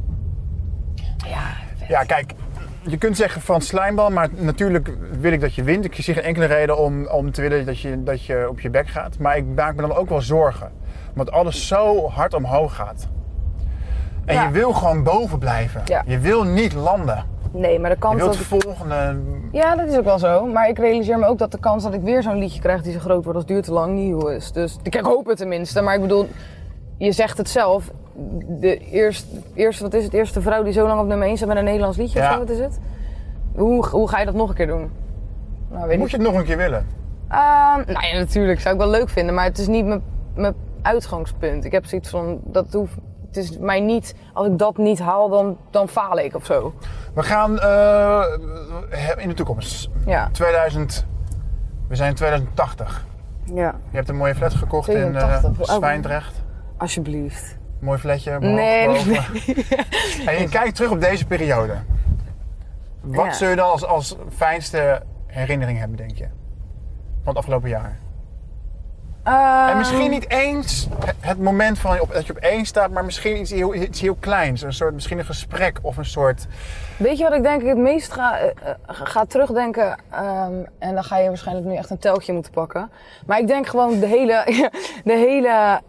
C: Ja, vet.
B: Ja, kijk. Je kunt zeggen van slijmbal, maar natuurlijk wil ik dat je wint. Ik zie geen enkele reden om te willen dat je op je bek gaat. Maar ik maak me dan ook wel zorgen. Omdat alles zo hard omhoog gaat. En je wil gewoon boven blijven. Ja. Je wil niet landen.
C: Nee, maar de kans
B: je wilt
C: dat
B: volgende...
C: Ja, dat is ook wel zo. Maar ik realiseer me ook dat de kans dat ik weer zo'n liedje krijg die zo groot wordt als duurt te lang nieuw is. Dus ik hoop het tenminste. Maar ik bedoel, je zegt het zelf. De eerste vrouw die zo lang op nummer 1 staat met een Nederlands liedje of zo, wat is het? Hoe ga je dat nog een keer doen? Nou,
B: Moet je het nog een keer willen?
C: Nou ja, natuurlijk. Zou ik wel leuk vinden. Maar het is niet mijn uitgangspunt. Ik heb zoiets van, het is mij niet, als ik dat niet haal, dan faal ik of zo.
B: We gaan in de toekomst.
C: Ja.
B: We zijn in 2080.
C: Ja.
B: Je hebt een mooie flat gekocht
C: 82.
B: In Zwijndrecht.
C: Alsjeblieft.
B: Mooi flatje.
C: Nee.
B: En je kijkt terug op deze periode. Wat zul je dan als fijnste herinnering hebben, denk je? Van het afgelopen jaar? En misschien niet eens het moment dat je op 1 staat, maar misschien iets heel kleins. Misschien een gesprek of een soort...
C: Weet je wat ik denk ik het meest ga terugdenken? En dan ga je waarschijnlijk nu echt een telkje moeten pakken. Maar ik denk gewoon de hele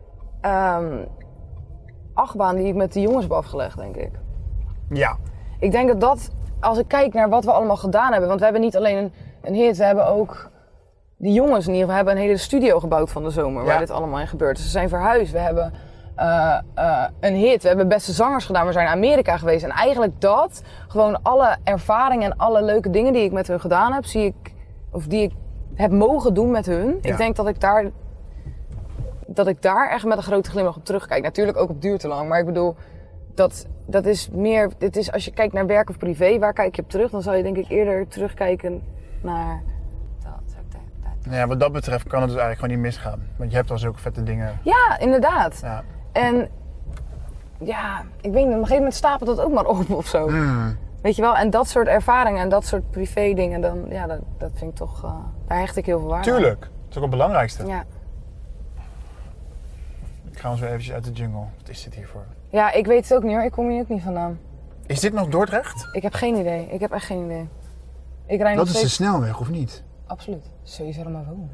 C: achtbaan die ik met de jongens heb afgelegd, denk ik.
B: Ja.
C: Ik denk dat als ik kijk naar wat we allemaal gedaan hebben. Want we hebben niet alleen een hit, we hebben ook... Die jongens in ieder geval hebben een hele studio gebouwd van de zomer, waar dit allemaal in gebeurt. Dus ze zijn verhuisd, we hebben een hit, we hebben beste zangers gedaan, we zijn in Amerika geweest. En eigenlijk gewoon alle ervaringen en alle leuke dingen die ik met hun gedaan heb, die ik heb mogen doen met hun. Ja. Ik denk dat ik daar echt met een grote glimlach op terugkijk. Natuurlijk ook op duur te lang, maar ik bedoel, dat is meer, als je kijkt naar werk of privé, waar kijk je op terug? Dan zou je denk ik eerder terugkijken naar...
B: Ja, wat dat betreft kan het dus eigenlijk gewoon niet misgaan. Want je hebt al zulke vette dingen.
C: Ja, inderdaad.
B: Ja.
C: En ja, ik weet niet, op een gegeven moment stapelt dat ook maar op of zo. Weet je wel? En dat soort ervaringen en dat soort privé dingen, dan, ja, dat vind ik toch, daar hecht ik heel veel waarde aan.
B: Tuurlijk, dat is ook het belangrijkste.
C: Ja.
B: Ik ga ons weer eventjes uit de jungle. Wat is dit hier voor?
C: Ja, ik weet het ook niet hoor, ik kom hier ook niet vandaan.
B: Is dit nog Dordrecht?
C: Ik heb geen idee, ik heb echt geen idee. Ik rijd
B: dat is de snelweg, of niet?
C: Absoluut. Sowieso er maar wonen.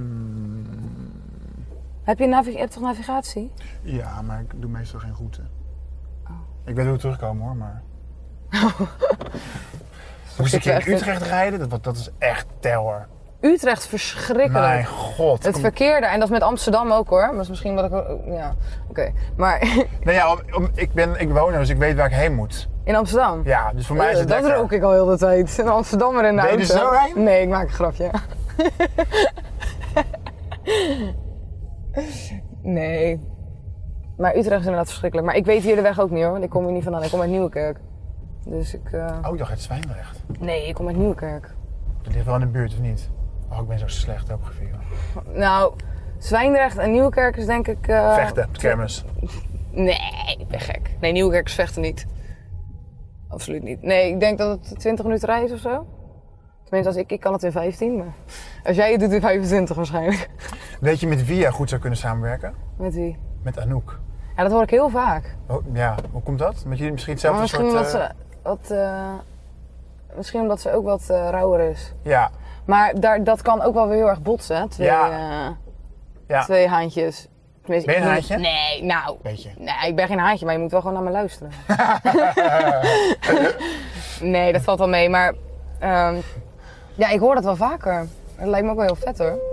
C: Heb je hebt toch navigatie?
B: Ja, maar ik doe meestal geen route. Oh. Ik weet hoe we terugkomen hoor, maar... Moest ik in Utrecht rijden? Dat is echt terror.
C: Utrecht, verschrikkelijk.
B: Mijn god.
C: Het verkeer daar, en dat is met Amsterdam ook hoor. Maar dat is misschien wat ik... Ja, oké. Maar...
B: Nou ja, ik woon er, dus ik weet waar ik heen moet.
C: In Amsterdam?
B: Ja, dus voor mij is het
C: dat rook ik al heel de tijd. In Amsterdam en in de auto.
B: Ben je er zo heen?
C: Nee, ik maak een grapje. Nee. Maar Utrecht is inderdaad verschrikkelijk. Maar ik weet hier de weg ook niet hoor, want ik kom hier niet vandaan. Ik kom uit Nieuwekerk. Dus ik...
B: Oh, ik dacht uit Zwijndrecht.
C: Nee, ik kom uit Nieuwekerk.
B: Dat ligt wel in de buurt, of niet? Oh, ik ben zo slecht ook gevierd.
C: Nou, Zwijndrecht en Nieuwekerk is denk ik...
B: Vechten, kermis.
C: Nee, ik ben gek. Nee, Nieuwekerk is Vechten niet. Absoluut niet. Nee, ik denk dat het 20 minuten rijden is of zo. Tenminste, als ik kan het in 15, maar als jij het doet in 25 waarschijnlijk.
B: Weet je met wie jij goed zou kunnen samenwerken?
C: Met wie?
B: Met Anouk.
C: Ja, dat hoor ik heel vaak.
B: Oh, ja, hoe komt dat? Omdat jullie misschien hetzelfde
C: Misschien
B: soort...
C: misschien omdat ze ook wat rauwer is.
B: Ja.
C: Maar dat kan ook wel weer heel erg botsen, hè? Twee haantjes. Tenminste,
B: Ben je een haantje?
C: Nee, nou.
B: Beetje.
C: Nee, ik ben geen haantje, maar je moet wel gewoon naar me luisteren. Nee, dat valt wel mee. Maar ja, ik hoor dat wel vaker. Dat lijkt me ook wel heel vet, hoor.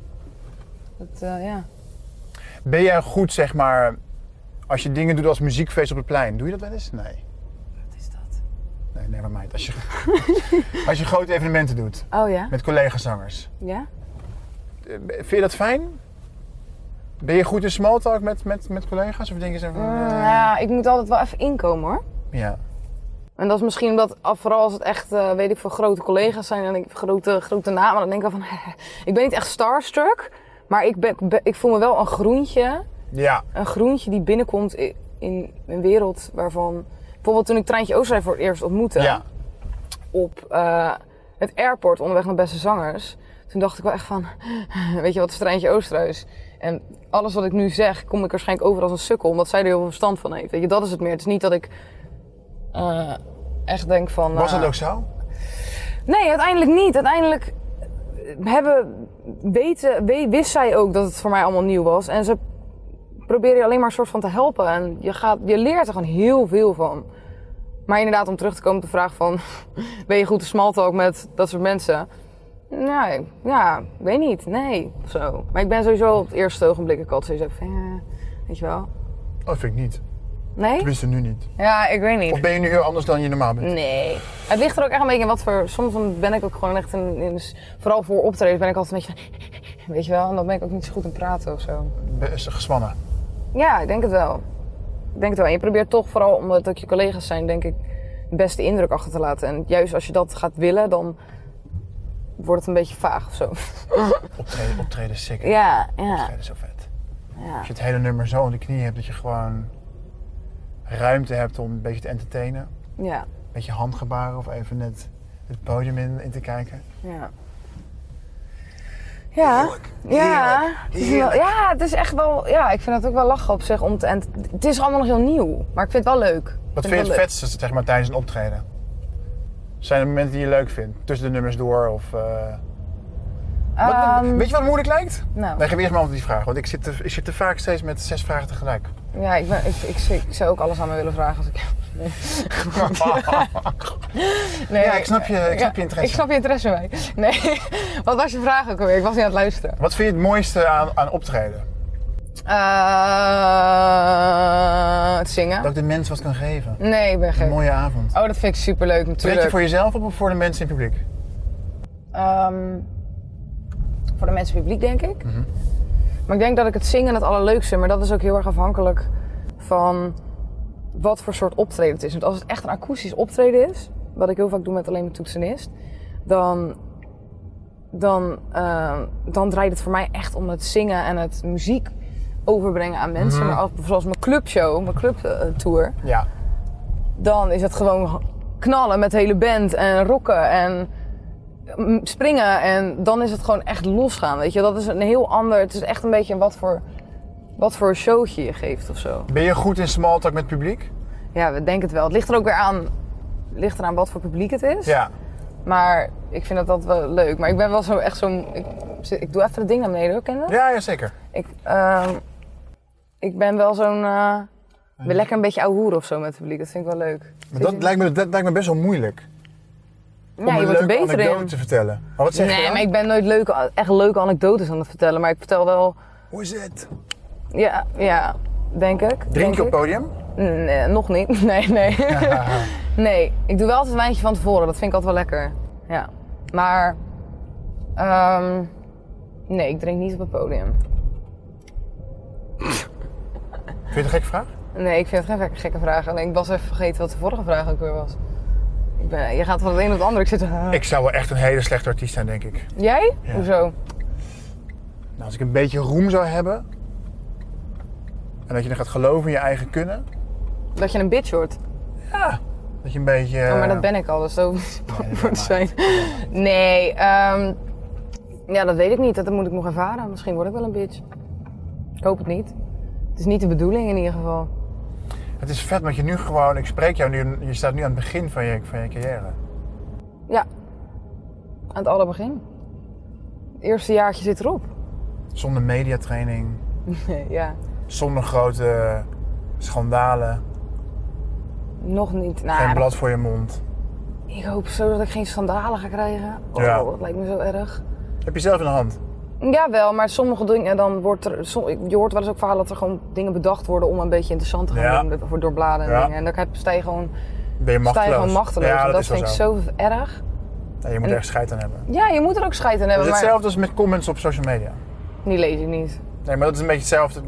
C: Ja.
B: Ben jij goed, zeg maar, als je dingen doet als muziekfeest op het plein? Doe je dat wel eens? Nee.
C: Wat is dat?
B: Nee, nevermind. Als je grote evenementen doet.
C: Oh ja?
B: Met collega-zangers.
C: Ja?
B: Vind je dat fijn? Ben je goed in small talk met collega's? Of denk je zo van...
C: Ja, ik moet altijd wel even inkomen, hoor.
B: Ja.
C: En dat is misschien omdat, vooral als het echt, weet ik veel, grote collega's zijn en denk ik grote namen, dan denk ik wel van, ik ben niet echt starstruck, maar ik voel me wel een groentje.
B: Ja.
C: Een groentje die binnenkomt in een wereld waarvan, bijvoorbeeld toen ik Treintje Oosterhuis voor het eerst ontmoette,
B: Ja.
C: op het airport onderweg naar Beste Zangers, toen dacht ik wel echt van, weet je wat is Treintje Oosterhuis? En alles wat ik nu zeg, kom ik waarschijnlijk over als een sukkel, omdat zij er heel veel verstand van heeft. Weet je, dat is het meer. Het is niet dat ik echt denk van...
B: Was dat ook zo?
C: Nee, uiteindelijk niet. Uiteindelijk wist zij ook dat het voor mij allemaal nieuw was. En ze probeerde je alleen maar een soort van te helpen. En je leert er gewoon heel veel van. Maar inderdaad, om terug te komen op de vraag van... ben je goed in small talk met dat soort mensen? Nee, ja, weet niet. Nee, of zo. Maar ik ben sowieso op het eerste ogenblik... Ik altijd zoiets van, weet je wel.
B: Oh, dat vind ik niet.
C: Nee?
B: Tenminste, nu niet.
C: Ja, ik weet niet.
B: Of ben je nu heel anders dan je normaal bent?
C: Nee. Het ligt er ook echt een beetje in wat voor... Soms ben ik ook gewoon echt vooral voor optreden ben ik altijd een beetje van... Weet je wel, en dan ben ik ook niet zo goed in praten of zo.
B: Is ze gespannen?
C: Ja, ik denk het wel. En je probeert toch vooral, omdat het ook je collega's zijn, denk ik, de beste indruk achter te laten. En juist als je dat gaat willen, dan wordt het een beetje vaag of zo.
B: Optreden is sick.
C: Ja.
B: Optreden is zo vet.
C: Ja.
B: Als je het hele nummer zo in de knie hebt, dat je gewoon ruimte hebt om een beetje te entertainen.
C: Ja.
B: Een beetje handgebaren of even net het podium in te kijken.
C: Ja. Ja.
B: Heerlijk.
C: Ja, het is echt wel... Ja, ik vind het ook wel lachen op zich. Het is allemaal nog heel nieuw. Maar ik vind het wel leuk.
B: Wat vind je het vetste, zeg maar, tijdens een optreden? Zijn er momenten die je leuk vindt? Tussen de nummers door of... Weet je wat moeilijk lijkt?
C: Nou.
B: Nee, geef eerst maar altijd die vraag. Want ik zit te vaak steeds met 6 vragen tegelijk.
C: Ja, ik zou ook alles aan me willen vragen als ik... Nee,
B: ja, ik snap je interesse.
C: Ik snap je interesse bij. Nee, wat was je vraag ook alweer? Ik was niet aan het luisteren.
B: Wat vind je het mooiste aan optreden?
C: Het zingen.
B: Dat ik de mens wat kan geven.
C: Nee, ik ben gek.
B: Een mooie avond.
C: Oh, dat vind ik superleuk
B: Treed
C: natuurlijk.
B: je voor jezelf op of voor de mensen in het publiek?
C: Voor de mensen in het publiek, denk ik. Mm-hmm. Maar ik denk dat ik het zingen het allerleukste vind. Maar dat is ook heel erg afhankelijk van wat voor soort optreden het is. Want als het echt een akoestisch optreden is, wat ik heel vaak doe met alleen mijn toetsenist, dan draait het voor mij echt om het zingen en het muziek overbrengen aan mensen. Mm-hmm. Maar zoals mijn clubshow, mijn clubtour,
B: ja.
C: Dan is het gewoon knallen met de hele band en rocken en springen en dan is het gewoon echt losgaan, weet je. Dat is een heel ander, het is echt een beetje wat voor showtje je geeft of zo.
B: Ben je goed in small talk met het publiek?
C: Ja, we denken het wel. Het ligt er ook weer aan, wat voor publiek het is.
B: Ja.
C: Maar ik vind dat wel leuk. Maar ik ben wel zo echt zo'n... Ik doe even het ding naar beneden, hoor, ken je dat?
B: Ja, zeker.
C: Ik ben wel zo'n... ben lekker een beetje ouwe hoeren of zo met het publiek. Dat vind ik wel leuk.
B: Maar dat lijkt me best wel moeilijk.
C: Ja, je wordt er beter in.
B: Om een anekdote te vertellen. Maar wat zeg je dan?
C: Maar ik ben nooit echt leuke anekdotes aan het vertellen. Maar ik vertel wel...
B: Hoe is het?
C: Ja, denk ik.
B: Drink je op het podium?
C: Nee, nog niet. Nee. Nee, ik doe wel altijd een wijntje van tevoren. Dat vind ik altijd wel lekker. Ja. Maar... nee, ik drink niet op het podium.
B: Vind je het een gekke vraag?
C: Nee, ik vind het geen gekke vraag. Alleen ik was even vergeten wat de vorige vraag ook weer was. Je gaat van het een op het andere.
B: Ik zou wel echt een hele slechte artiest zijn, denk ik.
C: Jij?
B: Ja.
C: Hoezo?
B: Nou, als ik een beetje roem zou hebben... en dat je dan gaat geloven in je eigen kunnen...
C: Dat je een bitch wordt?
B: Ja. Dat je een beetje...
C: Ja, maar dat ben ik al, dus zo voor te zijn. Nee, ja, dat weet ik niet. Dat moet ik nog ervaren. Misschien word ik wel een bitch. Ik hoop het niet. Het is niet de bedoeling in ieder geval.
B: Het is vet, want je nu gewoon... Ik spreek jou nu, je staat nu aan het begin van je carrière.
C: Ja, aan het allerbegin. Het eerste jaartje zit erop.
B: Zonder mediatraining,
C: Ja,
B: zonder grote schandalen,
C: nog niet.
B: geen
C: Nou,
B: blad voor je mond.
C: ik hoop zo dat ik geen schandalen ga krijgen. Oh,
B: Ja.
C: dat lijkt me zo erg.
B: Heb je zelf in de hand?
C: Jawel, maar sommige dingen, dan wordt er... Je hoort wel eens ook verhalen dat er gewoon dingen bedacht worden om een beetje interessant te gaan doen door bladen en dingen. En dan sta je gewoon
B: Ben je machteloos?
C: machteloos.
B: Ja,
C: En dat
B: is wel
C: vind ik zo erg.
B: Ja, je moet er echt scheid aan hebben.
C: Ja, je moet er ook scheid aan
B: Het
C: hebben,
B: is
C: maar
B: hetzelfde als met comments op social media.
C: die lees ik niet.
B: Nee, maar dat is een beetje hetzelfde.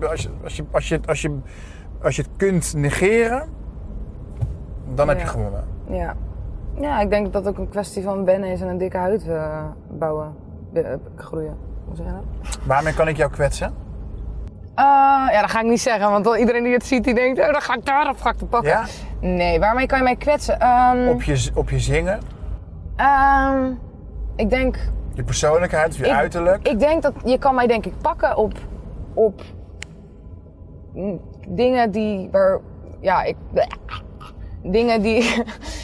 B: Als je het kunt negeren, dan heb je gewonnen.
C: Ja. Ja, ik denk dat het ook een kwestie van wennen is en een dikke huid bouwen, groeien. Hoe zeg je dat?
B: Waarmee kan ik jou kwetsen?
C: Ja, dat ga ik niet zeggen, want iedereen die het ziet, die denkt, dan ga ik daar of ga ik te pakken.
B: Ja?
C: Nee, waarmee kan je mij kwetsen?
B: Op je zingen,
C: Ik denk...
B: je persoonlijkheid, je uiterlijk.
C: Ik denk dat je kan mij denk ik pakken op dingen die... dingen die...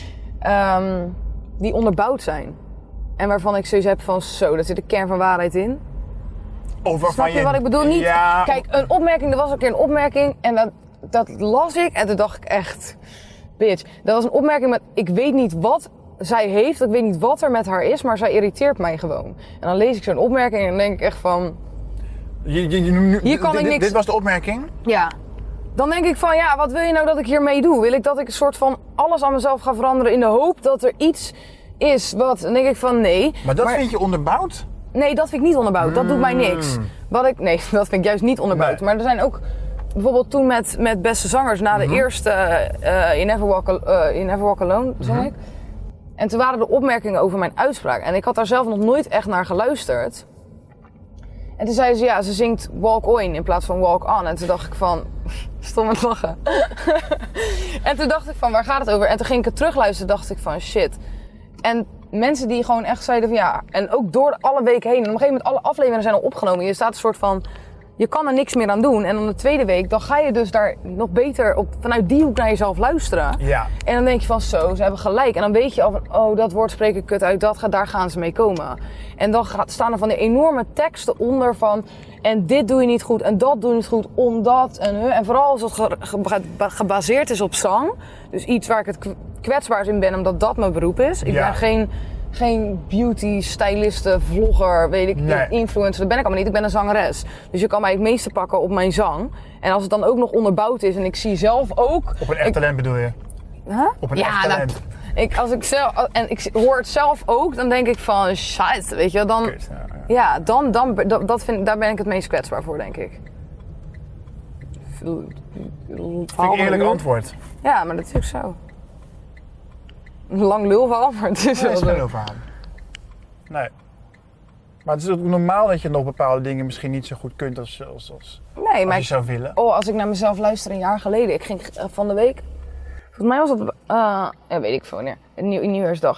C: die onderbouwd zijn. En waarvan ik zoiets heb van, zo, daar zit de kern van waarheid in.
B: Of waarvan
C: Snap je wat ik bedoel? Niet,
B: Ja,
C: kijk, een opmerking, er was een keer een opmerking en dat las ik en toen dacht ik echt, bitch. Dat was een opmerking met, ik weet niet wat zij heeft, ik weet niet wat er met haar is, maar zij irriteert mij gewoon. En dan lees ik zo'n opmerking en dan denk ik echt van... Hier kan ik niks...
B: Dit was de opmerking?
C: Ja. Dan denk ik van, ja, wat wil je nou dat ik hiermee doe? Wil ik dat ik een soort van alles aan mezelf ga veranderen in de hoop dat er iets is wat... Dan denk ik van, nee.
B: Maar dat vind je onderbouwd?
C: Nee, dat vind ik niet onderbouwd. Dat doet mij niks. Nee, dat vind ik juist niet onderbouwd.
B: Nee.
C: Maar er zijn ook... Bijvoorbeeld toen met Beste Zangers, na de eerste You Never Walk Alone, zong ik. En toen waren er opmerkingen over mijn uitspraak. En ik had daar zelf nog nooit echt naar geluisterd. En toen zei ze, ja, ze zingt Walk On in plaats van Walk On. En toen dacht ik van... Stom met lachen. En toen dacht ik van, waar gaat het over? En toen ging ik het terugluisteren, dacht ik van, shit. En mensen die gewoon echt zeiden van, ja... En ook door alle weken heen. En op een gegeven moment, alle afleveringen zijn al opgenomen. Je staat een soort van... Je kan er niks meer aan doen. En dan de tweede week, dan ga je dus daar nog beter op... Vanuit die hoek naar jezelf luisteren.
B: Ja.
C: En dan denk je van, zo, ze hebben gelijk. En dan weet je al van, oh, dat woord spreek ik kut uit. Daar gaan ze mee komen. En dan staan er van die enorme teksten onder van... En dit doe je niet goed en dat doe je niet goed, omdat en vooral als het gebaseerd is op zang. Dus iets waar ik het kwetsbaar in ben, omdat dat mijn beroep is. Ik ben geen beauty, styliste, vlogger, weet ik, influencer. Dat ben ik allemaal niet. Ik ben een zangeres. Dus je kan mij het meeste pakken op mijn zang. En als het dan ook nog onderbouwd is en ik zie zelf ook...
B: Op een echt talent bedoel je?
C: Huh?
B: Op een echt talent.
C: Als ik hoor het zelf ook, dan denk ik van, shit, weet je, dan...
B: Kut,
C: Ja, daar ben ik het meest kwetsbaar voor, denk ik.
B: Vind ik een eerlijk antwoord.
C: Ja, maar dat is ook zo. Een lang lulverhaal, maar het is
B: Nee, dat is
C: wel
B: geen verhaal. Nee. Maar het is ook normaal dat je nog bepaalde dingen misschien niet zo goed kunt als
C: Nee, maar
B: je zou willen.
C: als ik naar mezelf luister een jaar geleden. Ik ging van de week... Volgens mij was het... ja, weet ik veel wanneer. Nieuwjaarsdag.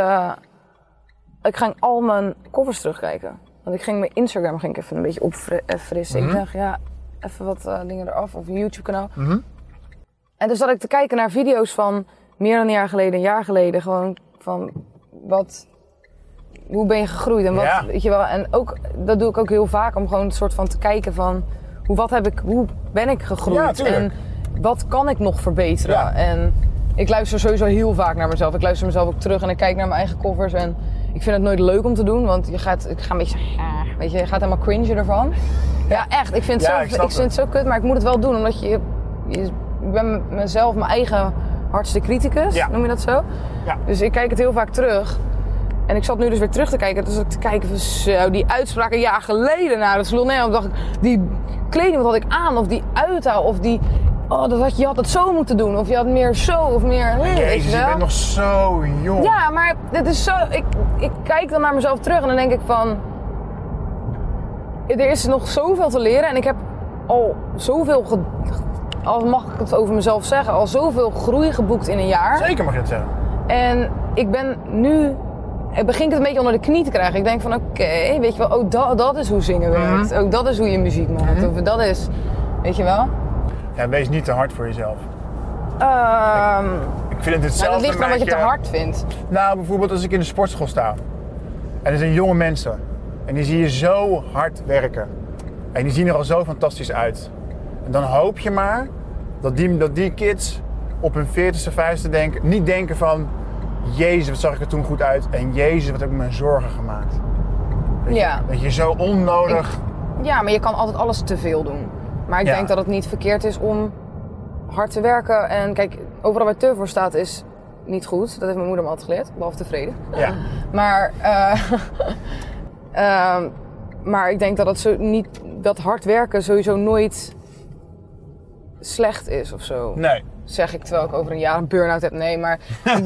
C: Ik ging al mijn covers terugkijken. Want ik ging mijn Instagram even een beetje opfrissen. Ik dacht, ja, even wat dingen eraf. Of een YouTube kanaal. En toen zat ik te kijken naar video's van meer dan een jaar geleden. Gewoon van hoe ben je gegroeid en wat, weet je wel. En ook, dat doe ik ook heel vaak om gewoon een soort van te kijken van hoe ben ik gegroeid en wat kan ik nog verbeteren. Ja. En ik luister sowieso heel vaak naar mezelf. Ik luister mezelf ook terug en ik kijk naar mijn eigen covers en ik vind het nooit leuk om te doen, want ik ga een beetje, weet je gaat helemaal cringe ervan. Ja, echt. Ik vind het zo kut, maar ik moet het wel doen, omdat ik ben mezelf mijn eigen hardste criticus, noem je dat zo? Ja. Dus ik kijk het heel vaak terug. En ik zat nu dus weer terug te kijken. Dus ik te kijken van zo, die uitspraken een jaar geleden. Nou, dat sloeg neer. Dacht ik, die kleding, wat had ik aan? Of die uithaal? Of die... Oh, je had het zo moeten doen. Of je had meer zo of meer...
B: Jezus, je bent nog zo jong.
C: Ja, maar dit is zo... Ik kijk dan naar mezelf terug en dan denk ik van... Er is nog zoveel te leren. En ik heb al zoveel... Al mag ik het over mezelf zeggen. Al zoveel groei geboekt in een jaar.
B: Zeker mag je het zeggen.
C: En ik ben nu... Ik begin het een beetje onder de knie te krijgen. Ik denk van oké, weet je wel, dat is hoe zingen werkt. Ook dat is hoe je muziek maakt. Of dat is, weet je wel.
B: Ja, wees niet te hard voor jezelf. Ik vind het hetzelfde.
C: Dat ligt dan wat je te hard vindt.
B: Nou, bijvoorbeeld als ik in de sportschool sta. En er zijn jonge mensen. En die zie je zo hard werken. En die zien er al zo fantastisch uit. En dan hoop je maar dat die kids op hun 40ste, 50ste niet denken van... Jezus, wat zag ik er toen goed uit. En Jezus, wat heb ik me zorgen gemaakt. Dat je zo onnodig...
C: Ja, maar je kan altijd alles te veel doen. Maar ik denk dat het niet verkeerd is om hard te werken. En kijk, overal waar te voor staat is niet goed. Dat heeft mijn moeder me altijd geleerd, behalve tevreden.
B: Ja.
C: Maar ik denk dat dat hard werken sowieso nooit slecht is of zo.
B: Nee.
C: Zeg ik terwijl ik over een jaar een burn-out heb. Nee, maar...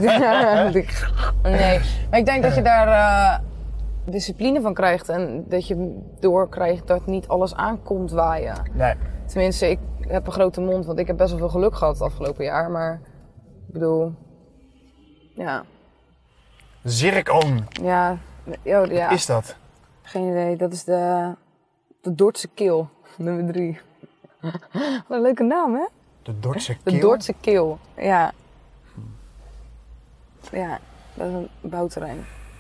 C: nee. Maar ik denk dat je daar discipline van krijgt. En dat je doorkrijgt dat niet alles aankomt waaien.
B: Nee.
C: Tenminste, ik heb een grote mond, want ik heb best wel veel geluk gehad het afgelopen jaar. Maar ik bedoel... Ja.
B: Zircon.
C: Ja.
B: Wat is dat?
C: Geen idee. Dat is de Dordtse keel. Nummer 3. Wat een leuke naam, hè?
B: De Dordtse keel?
C: De Dordtse keel, ja. Ja, dat is een bouwterrein.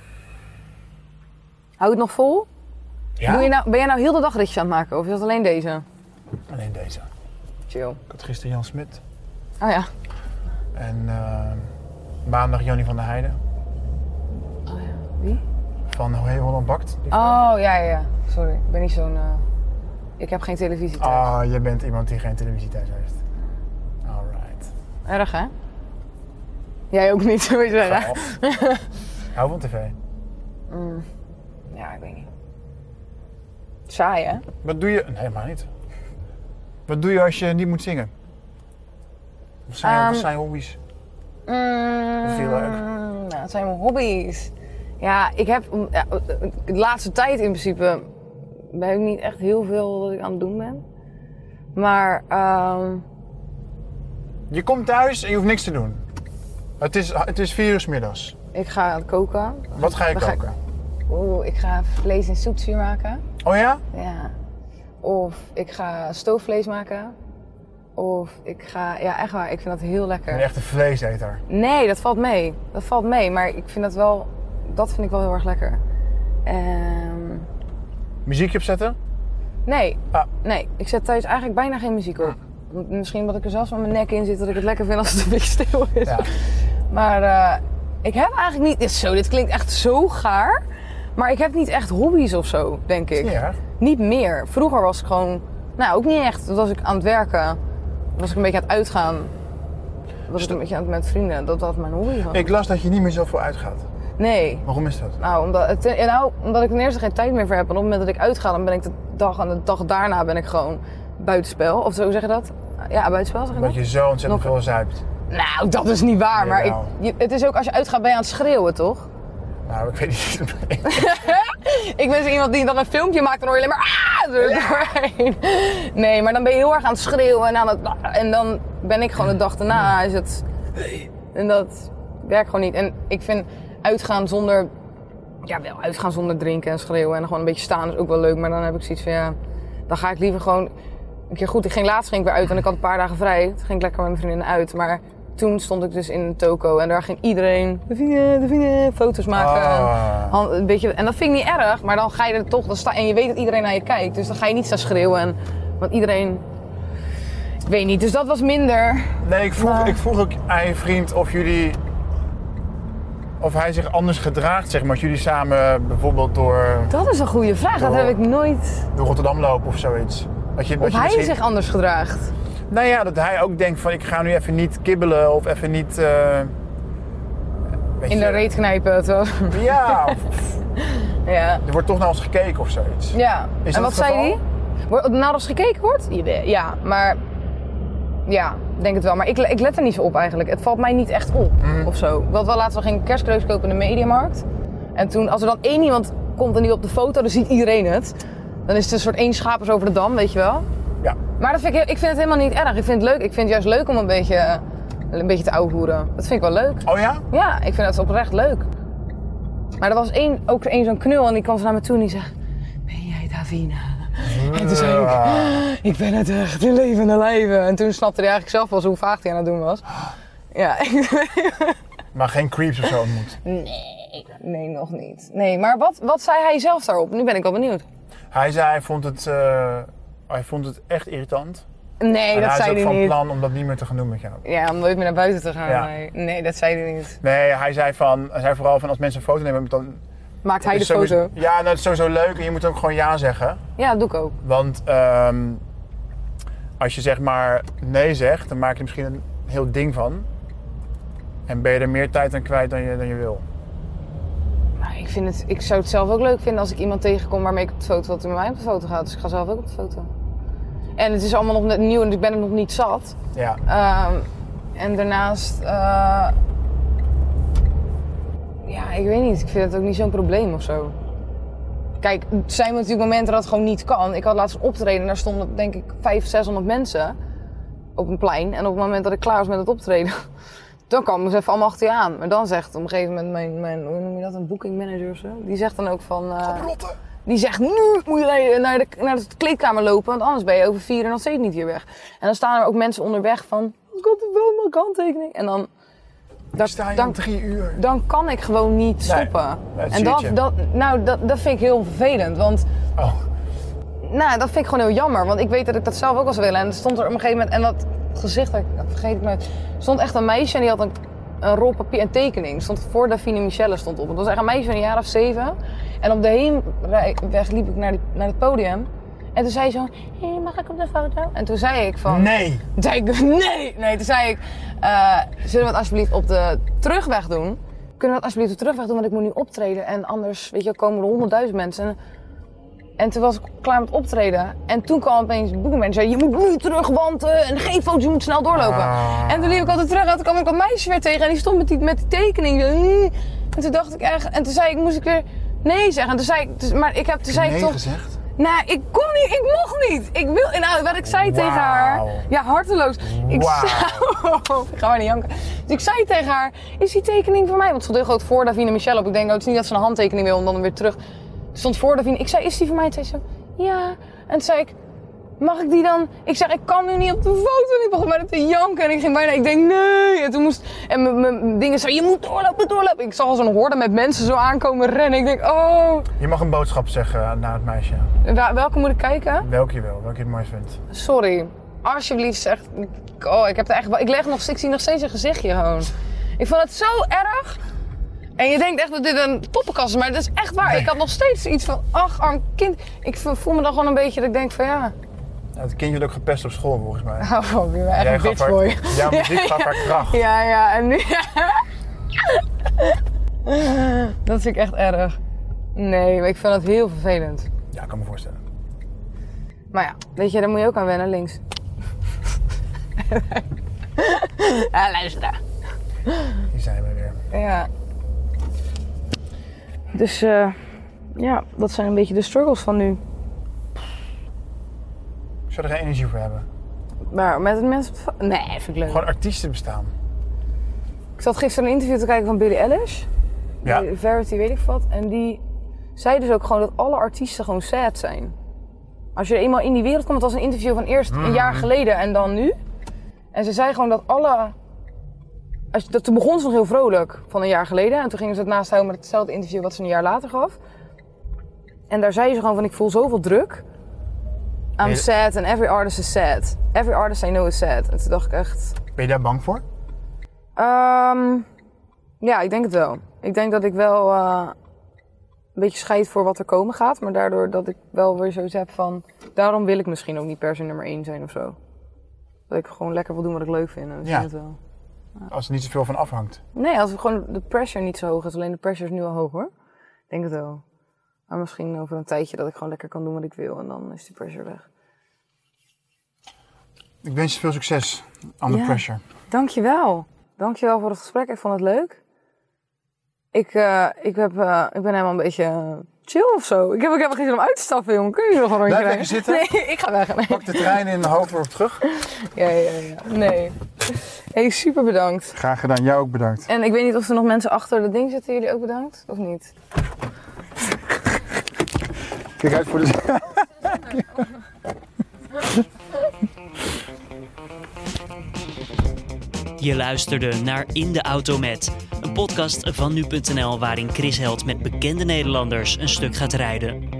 C: Hou het nog vol?
B: Ja?
C: Ben jij nou heel de dag ritjes aan het maken? Of is dat alleen deze?
B: Alleen deze.
C: Chill.
B: Ik had gisteren Jan Smit.
C: Oh ja.
B: En maandag Johnny van der Heijden.
C: Oh ja. Wie?
B: Van Hoe Holland Bakt.
C: Oh, ja. Sorry, ik ben niet zo'n... Ik heb geen televisie thuis.
B: Ah, je bent iemand die geen televisie thuis heeft. Alright.
C: Erg, hè? Jij ook niet, zou je zeggen.
B: Hou van tv.
C: Ja, ik weet niet. Saai, hè?
B: Wat doe je... Nee, helemaal niet. Wat doe je als je niet moet zingen? Wat zijn je hobby's? Wat vind je leuk?
C: Nou, het zijn mijn hobby's. Ja, ik heb... de laatste tijd in principe... ben ik niet echt heel veel dat ik aan het doen ben. Maar...
B: Je komt thuis en je hoeft niks te doen. Het is 4 uur 's middags.
C: Ik ga koken.
B: Wat ga je koken?
C: Ik ga vlees in zoetzuur maken.
B: Oh ja?
C: Ja. Of ik ga stoofvlees maken. Of ik ga... Ja, echt waar. Ik vind dat heel lekker.
B: Een echte vleeseter.
C: Nee, dat valt mee. Dat valt mee. Maar ik vind dat wel... Dat vind ik wel heel erg lekker.
B: Muziekje opzetten?
C: Nee.
B: Ah.
C: Nee. Ik zet thuis eigenlijk bijna geen muziek op. Misschien omdat ik er zelfs met mijn nek in zit dat ik het lekker vind als het een beetje stil is.
B: Ja.
C: Maar ik heb eigenlijk niet... Dit klinkt echt zo gaar. Maar ik heb niet echt hobby's of zo, denk ik.
B: Ja.
C: Niet meer. Vroeger was ik gewoon... Nou, ook niet echt. Toen was ik aan het werken. Was ik een beetje aan het uitgaan. Was ik een beetje met vrienden. Dat was mijn hobby.
B: Ik las dat je niet meer zoveel uitgaat.
C: Nee.
B: Waarom is dat?
C: Nou, omdat ik ten eerste geen tijd meer voor heb. En op het moment dat ik uitga, dan ben ik de dag daarna ben ik gewoon buitenspel. Of zo zeg je dat? Ja, buitenspel zeg je
B: Omdat
C: dat?
B: je zo ontzettend veel zuipt.
C: Nou, dat is niet waar. Maar
B: Jawel.
C: het is ook als je uitgaat ben je aan het schreeuwen, toch?
B: Nou, ik weet niet.
C: Ik ben zo iemand die dan een filmpje maakt en hoor je alleen maar doorheen. Nee, maar dan ben je heel erg aan het schreeuwen en dan ben ik gewoon de dag daarna is het... En dat werkt gewoon niet. En ik vind uitgaan zonder... Ja, wel uitgaan zonder drinken en schreeuwen en gewoon een beetje staan is ook wel leuk. Maar dan heb ik zoiets van ja, dan ga ik liever gewoon... Een keer goed, laatst ging ik weer uit en ik had een paar dagen vrij. Toen ging ik lekker met mijn vriendinnen uit, maar... Toen stond ik dus in een toko en daar ging iedereen de vrienden, foto's maken. Een beetje, en dat vind ik niet erg, maar dan ga je er toch, en je weet dat iedereen naar je kijkt. Dus dan ga je niet staan schreeuwen, want iedereen, ik weet niet. Dus dat was minder.
B: Nee, ik vroeg ook aan je vriend of hij zich anders gedraagt, zeg maar. Als jullie samen bijvoorbeeld
C: Dat is een goede vraag, dat heb ik nooit...
B: Door Rotterdam lopen of zoiets.
C: Of hij zich anders gedraagt.
B: Nou ja, dat hij ook denkt van ik ga nu even niet kibbelen of even niet...
C: in de reet knijpen.
B: Ja,
C: ja.
B: Er wordt toch naar ons gekeken of zoiets.
C: Ja,
B: Is
C: en
B: dat
C: wat
B: het
C: zei hij? Naar ons gekeken wordt? Ja, maar... Ja, ik denk het wel. Maar ik let er niet zo op eigenlijk. Het valt mij niet echt op of zo. Ik had wel laatst ging kerstkreus kopen in de Mediamarkt. En toen, als er dan één iemand komt en die op de foto, dan ziet iedereen het. Dan is het een soort één schapers over de dam, weet je wel.
B: Ja.
C: Maar ik vind het helemaal niet erg. Ik vind het leuk. Ik vind het juist leuk om een beetje te ouwehoeren. Dat vind ik wel leuk.
B: Oh ja?
C: Ja, ik vind dat oprecht leuk. Maar er was ook één zo'n knul en die kwam naar me toe en die zegt... Ben jij Davina? En toen zei ik, ik ben het echt in levende lijven. En toen snapte hij eigenlijk zelf wel hoe vaag hij aan het doen was. Ja.
B: Maar geen creeps of zo ontmoet?
C: Nee, nog niet. Nee, maar wat zei hij zelf daarop? Nu ben ik wel benieuwd.
B: Hij zei, hij vond het echt irritant.
C: Nee, dat zei hij niet.
B: Hij is ook van plan om dat niet meer te gaan doen met jou.
C: Ja, om nooit meer naar buiten te gaan.
B: Ja.
C: Nee, dat zei hij niet.
B: Nee, hij zei vooral van als mensen een foto nemen, dan...
C: Maakt hij de foto?
B: Ja, dat is sowieso leuk en je moet ook gewoon ja zeggen.
C: Ja, dat doe ik ook.
B: Want als je zeg maar nee zegt, dan maak je er misschien een heel ding van. En ben je er meer tijd aan kwijt dan je wil.
C: Maar ik zou het zelf ook leuk vinden als ik iemand tegenkom waarmee ik op de foto, wat met mij op de foto gaat. Dus ik ga zelf ook op de foto. En het is allemaal nog net nieuw en ik ben er nog niet zat.
B: Ja.
C: En daarnaast... ja, ik weet niet. Ik vind het ook niet zo'n probleem of zo. Kijk, er zijn natuurlijk momenten dat het gewoon niet kan. Ik had laatst een optreden en daar stonden denk ik 500 of 600 mensen op een plein. En op het moment dat ik klaar was met het optreden, dan kwamen ze even allemaal achter je aan. Maar dan zegt op een gegeven moment mijn hoe noem je dat, een booking manager of zo. Die zegt dan ook van... die zegt, nu moet je naar de kleedkamer lopen, want anders ben je over 4 uur nog steeds niet hier weg. En dan staan er ook mensen onderweg van, ik had wel mijn handtekening. En dan...
B: sta je om 3 uur.
C: Dan kan ik gewoon niet stoppen.
B: Nee,
C: en dat vind ik heel vervelend, want...
B: Oh.
C: Nou, dat vind ik gewoon heel jammer, want ik weet dat ik dat zelf ook wel zou willen. En er stond er op een gegeven moment, en dat gezicht, dat vergeet ik nooit. Er stond echt een meisje en die had een rol papier en tekening. Stond voor Davina Michelle stond op. Het was echt een meisje van een jaar of 7. En op de heenweg liep ik naar het podium. En toen zei ze zo, hey, mag ik op de foto? En toen zei ik van...
B: Nee!
C: Toen zei ik, nee! Nee, toen zei ik, zullen we het alsjeblieft op de terugweg doen? Kunnen we het alsjeblieft op de terugweg doen, want ik moet nu optreden. En anders, weet je, komen er 100.000 mensen. En toen was ik klaar met optreden. En toen kwam opeens de boekenman en zei, je moet nu terug, want geen foto's, je moet snel doorlopen. En toen liep ik altijd terug en toen kwam ik dat meisje weer tegen. En die stond met die tekening. En toen dacht ik echt, en toen zei ik, moest ik weer nee zeggen. En toen zei ik, maar ik heb, toen zei ik toch...
B: gezegd?
C: Nou, ik kon niet, ik mocht niet. Ik wil, nou, wat ik zei tegen haar, ja, harteloos. Ik ga maar niet janken. Dus ik zei tegen haar, is die tekening voor mij? Want het stond heel groot voor Davina Michelle op. Ik denk, nou, het is niet dat ze een handtekening wil, om dan weer terug. Het stond voor Davina. Ik zei, is die voor mij? En zei ze, ja. En toen zei ik, mag ik die dan? Ik zeg, ik kan nu niet op de foto. En ik begon bijna te janken en ik ging bijna, ik denk, nee. En toen moest, en mijn dingen zo, je moet doorlopen. Ik zag al zo'n horde met mensen zo aankomen rennen. Ik denk, oh.
B: Je mag een boodschap zeggen naar het meisje.
C: Welke moet ik kijken?
B: Welke je het mooist vindt.
C: Sorry, alsjeblieft zeg. Oh, ik heb er echt. Ik zie nog steeds een gezichtje gewoon. Ik vond het zo erg. En je denkt echt dat dit een poppenkast is, maar het is echt waar. Nee. Ik had nog steeds iets van, ach, arm kind. Ik voel me dan gewoon een beetje dat ik denk van ja.
B: Het kindje werd ook gepest op school volgens mij.
C: Oh, weer echt een bitch boy.
B: Jouw muziek gaf haar kracht.
C: Ja, en nu. Dat vind ik echt erg. Nee, maar ik vind dat heel vervelend.
B: Ja, ik kan me voorstellen.
C: Maar ja, weet je, daar moet je ook aan wennen, links. Ja, luister.
B: Hier zijn we weer.
C: Ja. Dus ja, dat zijn een beetje de struggles van nu.
B: Ik zou er geen energie voor hebben.
C: Maar met het mensen... Nee, vind ik leuk.
B: Gewoon artiesten bestaan.
C: Ik zat gisteren een interview te kijken van Billie Eilish.
B: Ja.
C: Verity, weet ik wat. En die zei dus ook gewoon dat alle artiesten gewoon sad zijn. Als je eenmaal in die wereld komt, het was een interview van eerst een jaar geleden en dan nu. En ze zei gewoon dat alle... Toen begon ze nog heel vrolijk van een jaar geleden. En toen gingen ze het naast houden met hetzelfde interview wat ze een jaar later gaf. En daar zei ze gewoon van, ik voel zoveel druk. I'm sad and every artist is sad. Every artist I know is sad. En toen dacht ik echt...
B: Ben je daar bang voor?
C: Ja, ik denk het wel. Ik denk dat ik wel een beetje scheid voor wat er komen gaat. Maar daardoor dat ik wel weer zoiets heb van... Daarom wil ik misschien ook niet per se nummer 1 zijn of zo. Dat ik gewoon lekker wil doen wat ik leuk vind. En dat het wel.
B: Ja. Als er niet zoveel van afhangt.
C: Nee, als gewoon de pressure niet zo hoog is. Alleen de pressure is nu al hoog hoor. Ik denk het wel. Maar misschien over een tijdje dat ik gewoon lekker kan doen wat ik wil. En dan is die pressure weg.
B: Ik wens je veel succes. Under pressure.
C: Dankjewel. Dankjewel voor het gesprek. Ik vond het leuk. Ik ben helemaal een beetje chill of zo. Ik heb ook helemaal geen zin om uit te stappen, jongen. Kun je nog een rondje
B: rijden? Blijf even
C: zitten? Nee, ik ga weg. Nee.
B: Pak de trein in Hoofddorp terug.
C: Ja. Nee. Hey, super bedankt.
B: Graag gedaan. Jou ook bedankt.
C: En ik weet niet of er nog mensen achter dat ding zitten. Jullie ook bedankt? Of niet?
B: Kijk uit voor de...
A: Je luisterde naar In de Auto Met, een podcast van nu.nl waarin Chris Helt met bekende Nederlanders een stuk gaat rijden.